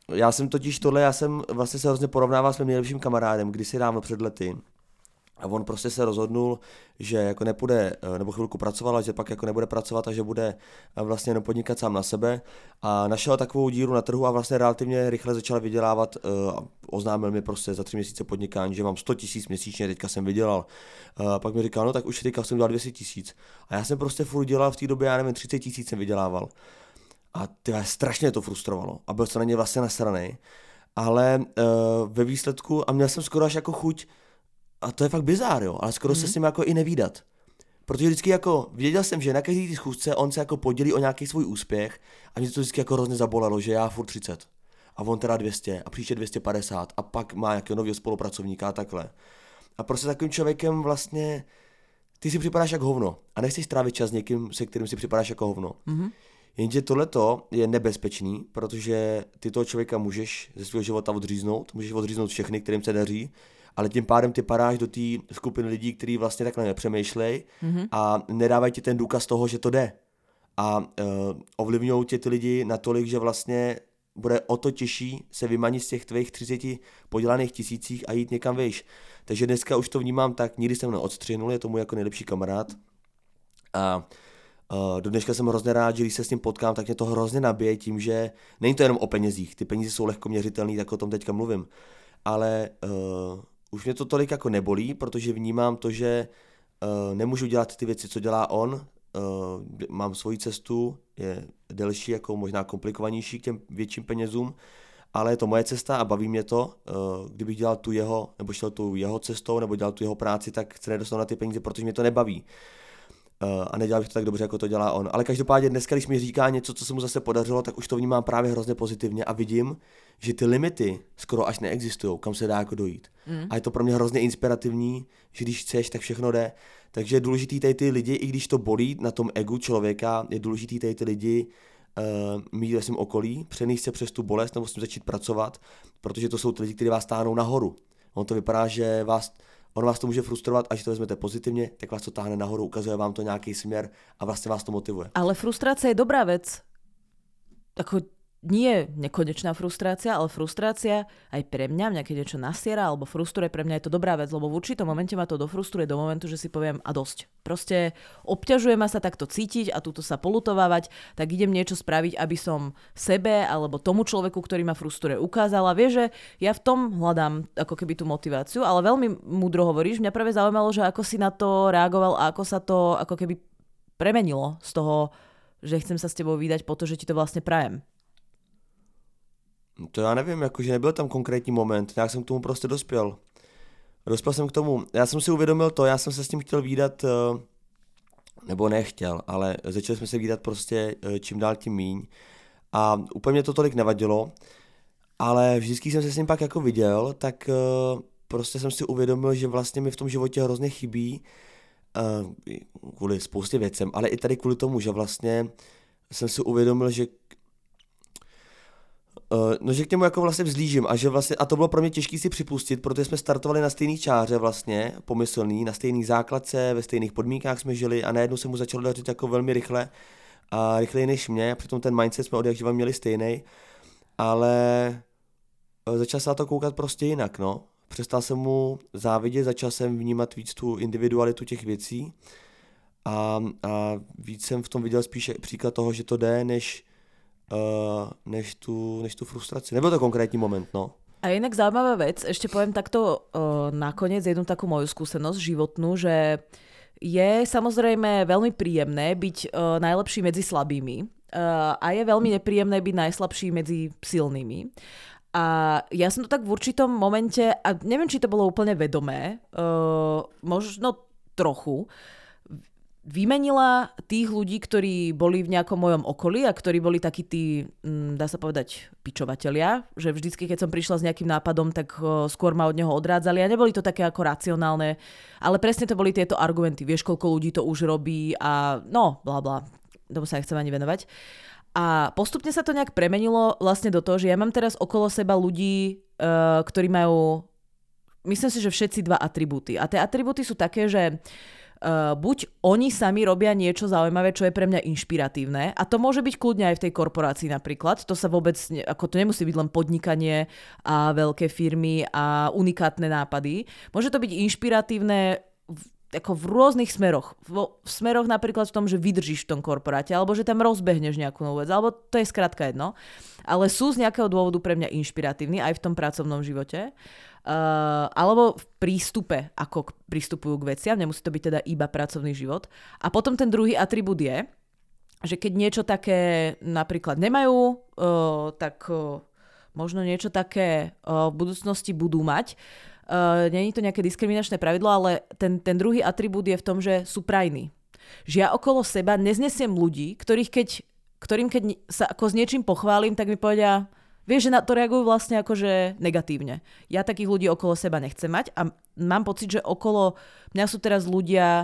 já jsem totiž tohle, já jsem vlastně se hrozně porovnával s mým nejlepším kamarádem, kdysi dávno před lety. A on prostě se rozhodnul, že jako nepůjde, nebo chvilku pracoval, a že pak jako nebude pracovat a že bude vlastně jenom podnikat sám na sebe. A našel takovou díru na trhu a vlastně relativně rychle začal vydělávat. Oznámil mi prostě za tři měsíce podnikání, že mám sto tisíc měsíčně, teďka jsem vydělal. A pak mi říkal, no tak už teďka jsem dělal dvě stě tisíc. A já jsem prostě furt dělal v té době, já nevím, třicet tisíc jsem vydělával. A tyhle, strašně to frustrovalo. A byl jsem na ně vlastně nasranej. Ale uh, ve výsledku, a měl jsem skoro až jako chuť, a to je fakt bizár, jo, ale skoro mm. se s ním jako i nevídat. Protože vždycky jako, věděl jsem, že na každý té schůzce on se jako podělí o nějaký svůj úspěch a mě to vždycky jako hrozně zabolelo, že já furt třicet a on teda dvě stě a příště dvě stě padesát a pak má nějakého nového spolupracovníka a takhle. A prostě takovým člověkem vlastně ty si připadáš jako hovno a nechceš trávit čas s někým, se kterým si připadáš jako hovno. Mm. Jenže tohleto je nebezpečný, protože ty toho člověka můžeš ze svého života odříznout, můžeš odříznout všechny, kterým se daří, ale tím pádem ty padáš do té skupiny lidí, kteří vlastně takhle nepřemýšlej mm-hmm. a nedávají ti ten důkaz toho, že to jde. A uh, ovlivňují tě ty lidi natolik, že vlastně bude o to těžší se vymanit z těch tvých třiceti podělaných tisících a jít někam vejš. Takže dneska už to vnímám tak, nikdy jsem neodstřihnul, je to můj jako nejlepší kamarád. A uh, do dneška jsem hrozně rád, že když se s ním potkám, tak mě to hrozně nabije tím, že není to jenom o penězích, ty peníze jsou lehko měřitelný, tak o tom teďka mluvím. Ale uh, už mě to tolik jako nebolí, protože vnímám to, že uh, nemůžu dělat ty věci, co dělá on. Uh, mám svoji cestu, je delší, jako možná komplikovanější k těm větším penězům, ale je to moje cesta a baví mě to. Uh, kdybych dělal tu jeho, nebo šel tu jeho cestou, nebo dělal tu jeho práci, tak se nedostanu na ty peníze, protože mě to nebaví. Uh, a nedělal bych to tak dobře, jako to dělá on. Ale každopádně dneska, když mi říká něco, co se mu zase podařilo, tak už to vnímám právě hrozně pozitivně a vidím, že ty limity skoro až neexistují, kam se dá jako dojít. Mm. A je to pro mě hrozně inspirativní, že když chceš, tak všechno jde. Takže je důležitý tady ty lidi, i když to bolí na tom egu člověka, je důležitý tady ty lidi uh, mít ve svém okolí, přenést se přes tu bolest nebo s tím začít pracovat, protože to jsou ty lidi, kteří vás táhnou nahoru. On to vypadá, že vás On vás to může frustrovat, až to vezmete pozitivně, tak vás to táhne nahoru, ukazuje vám to nějaký směr a vlastně vás to motivuje. Ale frustrácia je dobrá vec. Ako nie nekonečná frustrácia, ale frustrácia aj pre mňa, mňa keď niečo nasiera alebo frustruje, pre mňa je to dobrá vec, lebo v určitom momente ma to dofrustruje do momentu, že si poviem a dosť. Proste obťažuje ma sa takto cítiť a túto sa polutovávať, tak idem niečo spraviť, aby som sebe alebo tomu človeku, ktorý ma frustruje, ukázala. Vieš, že ja v tom hľadám ako keby tú motiváciu, ale veľmi múdro hovoríš. Mňa práve zaujímalo, že ako si na to reagoval a ako sa to ako keby premenilo z toho, že chcem sa s tebou vydať po to, že ti to vlastne prajem. To já nevím, jakože nebyl tam konkrétní moment, já jsem k tomu prostě dospěl. Dospěl jsem k tomu, já jsem si uvědomil to, já jsem se s tím chtěl vídat, nebo nechtěl, ale začali jsme se vídat prostě čím dál tím míň. A úplně mě to tolik nevadilo, ale vždycky jsem se s ním pak jako viděl, tak prostě jsem si uvědomil, že vlastně mi v tom životě hrozně chybí, kvůli spoustě věcem, ale i tady kvůli tomu, že vlastně jsem si uvědomil, že Uh, no, že k němu jako vlastně vzlížím a že vlastně, a to bylo pro mě těžké si připustit, protože jsme startovali na stejný čáře vlastně, pomyslný, na stejný základce, ve stejných podmínkách jsme žili a najednou se mu začalo dařit jako velmi rychle a rychleji než mě, a přitom ten mindset jsme od jak živa měli stejný, ale uh, začal se na to koukat prostě jinak, no. Přestal jsem mu závidět, začal jsem vnímat víc tu individualitu těch věcí a, a víc jsem v tom viděl spíš příklad toho, že to jde, než Uh, než, tu, než tu frustraci. Nebyl to konkrétní moment, no. A inak zaujímavá vec, ešte poviem takto uh, nakoniec jednu takú moju skúsenosť životnú, že je samozrejme veľmi príjemné byť uh, najlepší medzi slabými uh, a je veľmi nepríjemné byť najslabší medzi silnými. A ja som to tak v určitom momente, a neviem, či to bolo úplne vedomé, uh, možno trochu, vymenila tých ľudí, ktorí boli v nejakom mojom okolí a ktorí boli takí tí, dá sa povedať, pičovatelia, že vždycky, keď som prišla s nejakým nápadom, tak skôr ma od neho odrádzali a neboli to také ako racionálne, ale presne to boli tieto argumenty, vieš, koľko ľudí to už robí a no, bla bla, tomu sa nechcem ani venovať. A postupne sa to nejak premenilo vlastne do toho, že ja mám teraz okolo seba ľudí, uh, ktorí majú, myslím si, že všetci dva atribúty. A tie atribúty sú také, že Uh, buď oni sami robia niečo zaujímavé, čo je pre mňa inšpiratívne, a to môže byť kľudne aj v tej korporácii napríklad, to sa vôbec, ne, ako to nemusí byť len podnikanie a veľké firmy a unikátne nápady. Môže to byť inšpiratívne v, ako v rôznych smeroch. V, v smeroch napríklad v tom, že vydržíš v tom korporáte, alebo že tam rozbehneš nejakú novú vec, alebo to je skrátka jedno. Ale sú z nejakého dôvodu pre mňa inšpiratívni aj v tom pracovnom živote. Uh, alebo v prístupe, ako pristupujú k veciam, nemusí to byť teda iba pracovný život. A potom ten druhý atribút je, že keď niečo také napríklad nemajú, uh, tak uh, možno niečo také uh, v budúcnosti budú mať. Uh, nie je to nejaké diskriminačné pravidlo, ale ten, ten druhý atribút je v tom, že sú prajní. Že ja okolo seba neznesiem ľudí, ktorých keď, ktorým keď sa ako s niečím pochválim, tak mi povedia, vieš, že na to reagujú vlastne akože negatívne. Ja takých ľudí okolo seba nechcem mať a mám pocit, že okolo mňa sú teraz ľudia,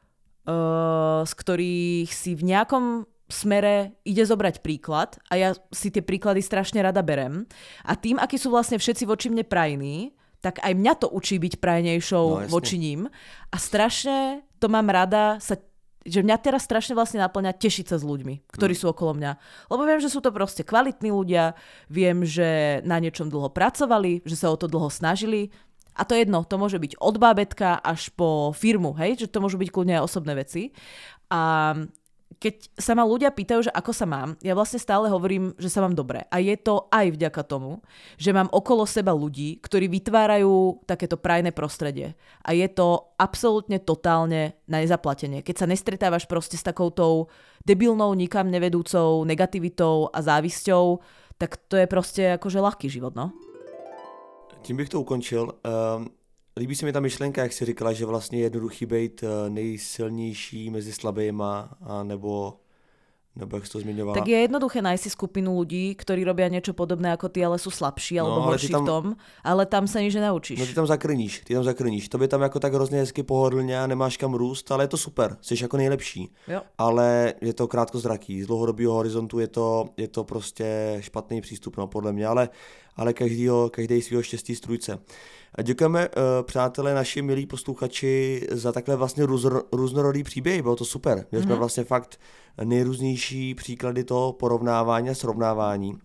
uh, z ktorých si v nejakom smere ide zobrať príklad a ja si tie príklady strašne rada berem. A tým, akí sú vlastne všetci voči mne prajní, tak aj mňa to učí byť prajnejšou no, voči ním. A strašne to mám rada sa že mňa teraz strašne vlastne naplňa tešiť sa s ľuďmi, ktorí mm. sú okolo mňa. Lebo viem, že sú to proste kvalitní ľudia, viem, že na niečom dlho pracovali, že sa o to dlho snažili. A to jedno, to môže byť od bábätka až po firmu, hej? Že to môžu byť kľudne aj osobné veci. A keď sa ma ľudia pýtajú, že ako sa mám, ja vlastne stále hovorím, že sa mám dobre. A je to aj vďaka tomu, že mám okolo seba ľudí, ktorí vytvárajú takéto prajné prostredie. A je to absolútne totálne na nezaplatenie. Keď sa nestretávaš proste s takoutou debilnou, nikam nevedúcou negativitou a závisťou, tak to je proste akože ľahký život, no. Tím bych to ukončil. Um... Líbí se mi ta myšlenka, jak jsi říkala, že vlastně je jednoduchý být nejsilnější mezi slabýma, a nebo, nebo jak jsi to zmiňovala. Tak je jednoduché nájsť si skupinu ľudí, ktorí robia niečo podobné ako ty, ale sú slabší alebo no, horší tam, v tom, ale tam sa nič nenaučíš. No ty tam zakrníš, ty tam zakrníš. To by tam jako tak hrozně hezky pohodlně a nemáš kam růst, ale je to super, jsi jako nejlepší. Jo. Ale je to krátkozraký, z dlouhodobého horizontu je to, je to prostě špatný přístup, no podle mě, ale, ale každýho, každý svýho štěstí strůjce. A děkujeme, uh, přátelé, naši milí posluchači, za takhle vlastně růz, různorodý příběh. Bylo to super. Měli jsme mm-hmm. vlastně fakt nejrůznější příklady toho porovnávání a srovnávání.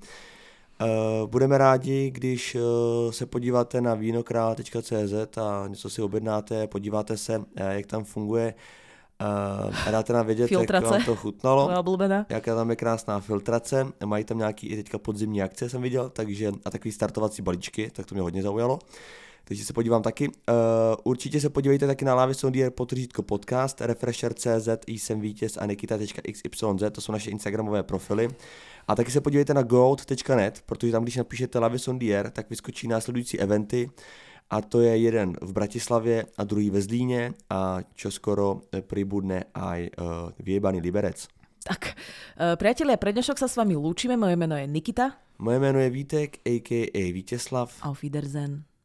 Uh, budeme rádi, když uh, se podíváte na vinokrál tečka cé zet a něco si objednáte, podíváte se, uh, jak tam funguje. Uh, a dáte nám vědět, filtrace. Jak vám to chutnalo. Oblíbená. Jaká tam je krásná filtrace. Mají tam nějaký i teďka podzimní akce, jsem viděl, takže a takový startovací balíčky, tak to mě hodně zaujalo. Takže se podívám taky. Uh, určitě se podívejte taky na Lávě Sondier podřídko podcast, Refresher tečka cé zet, jsem vítěz a Nikita tečka iks ypsilon zet, to jsou naše instagramové profily. A taky se podívejte na goat tečka net, protože tam, když napíšete Lávě Sondier, tak vyskočí následující eventy. A to je jeden v Bratislavě a druhý ve Zlíně a čoskoro pribudne aj uh, vyjebaný Liberec. Tak, uh, priatelia, pre dnešok sa s vami lúčime. Moje meno je Nikita. Moje meno je Vítek, a ká a. Vítězslav. Auf Wiedersehen.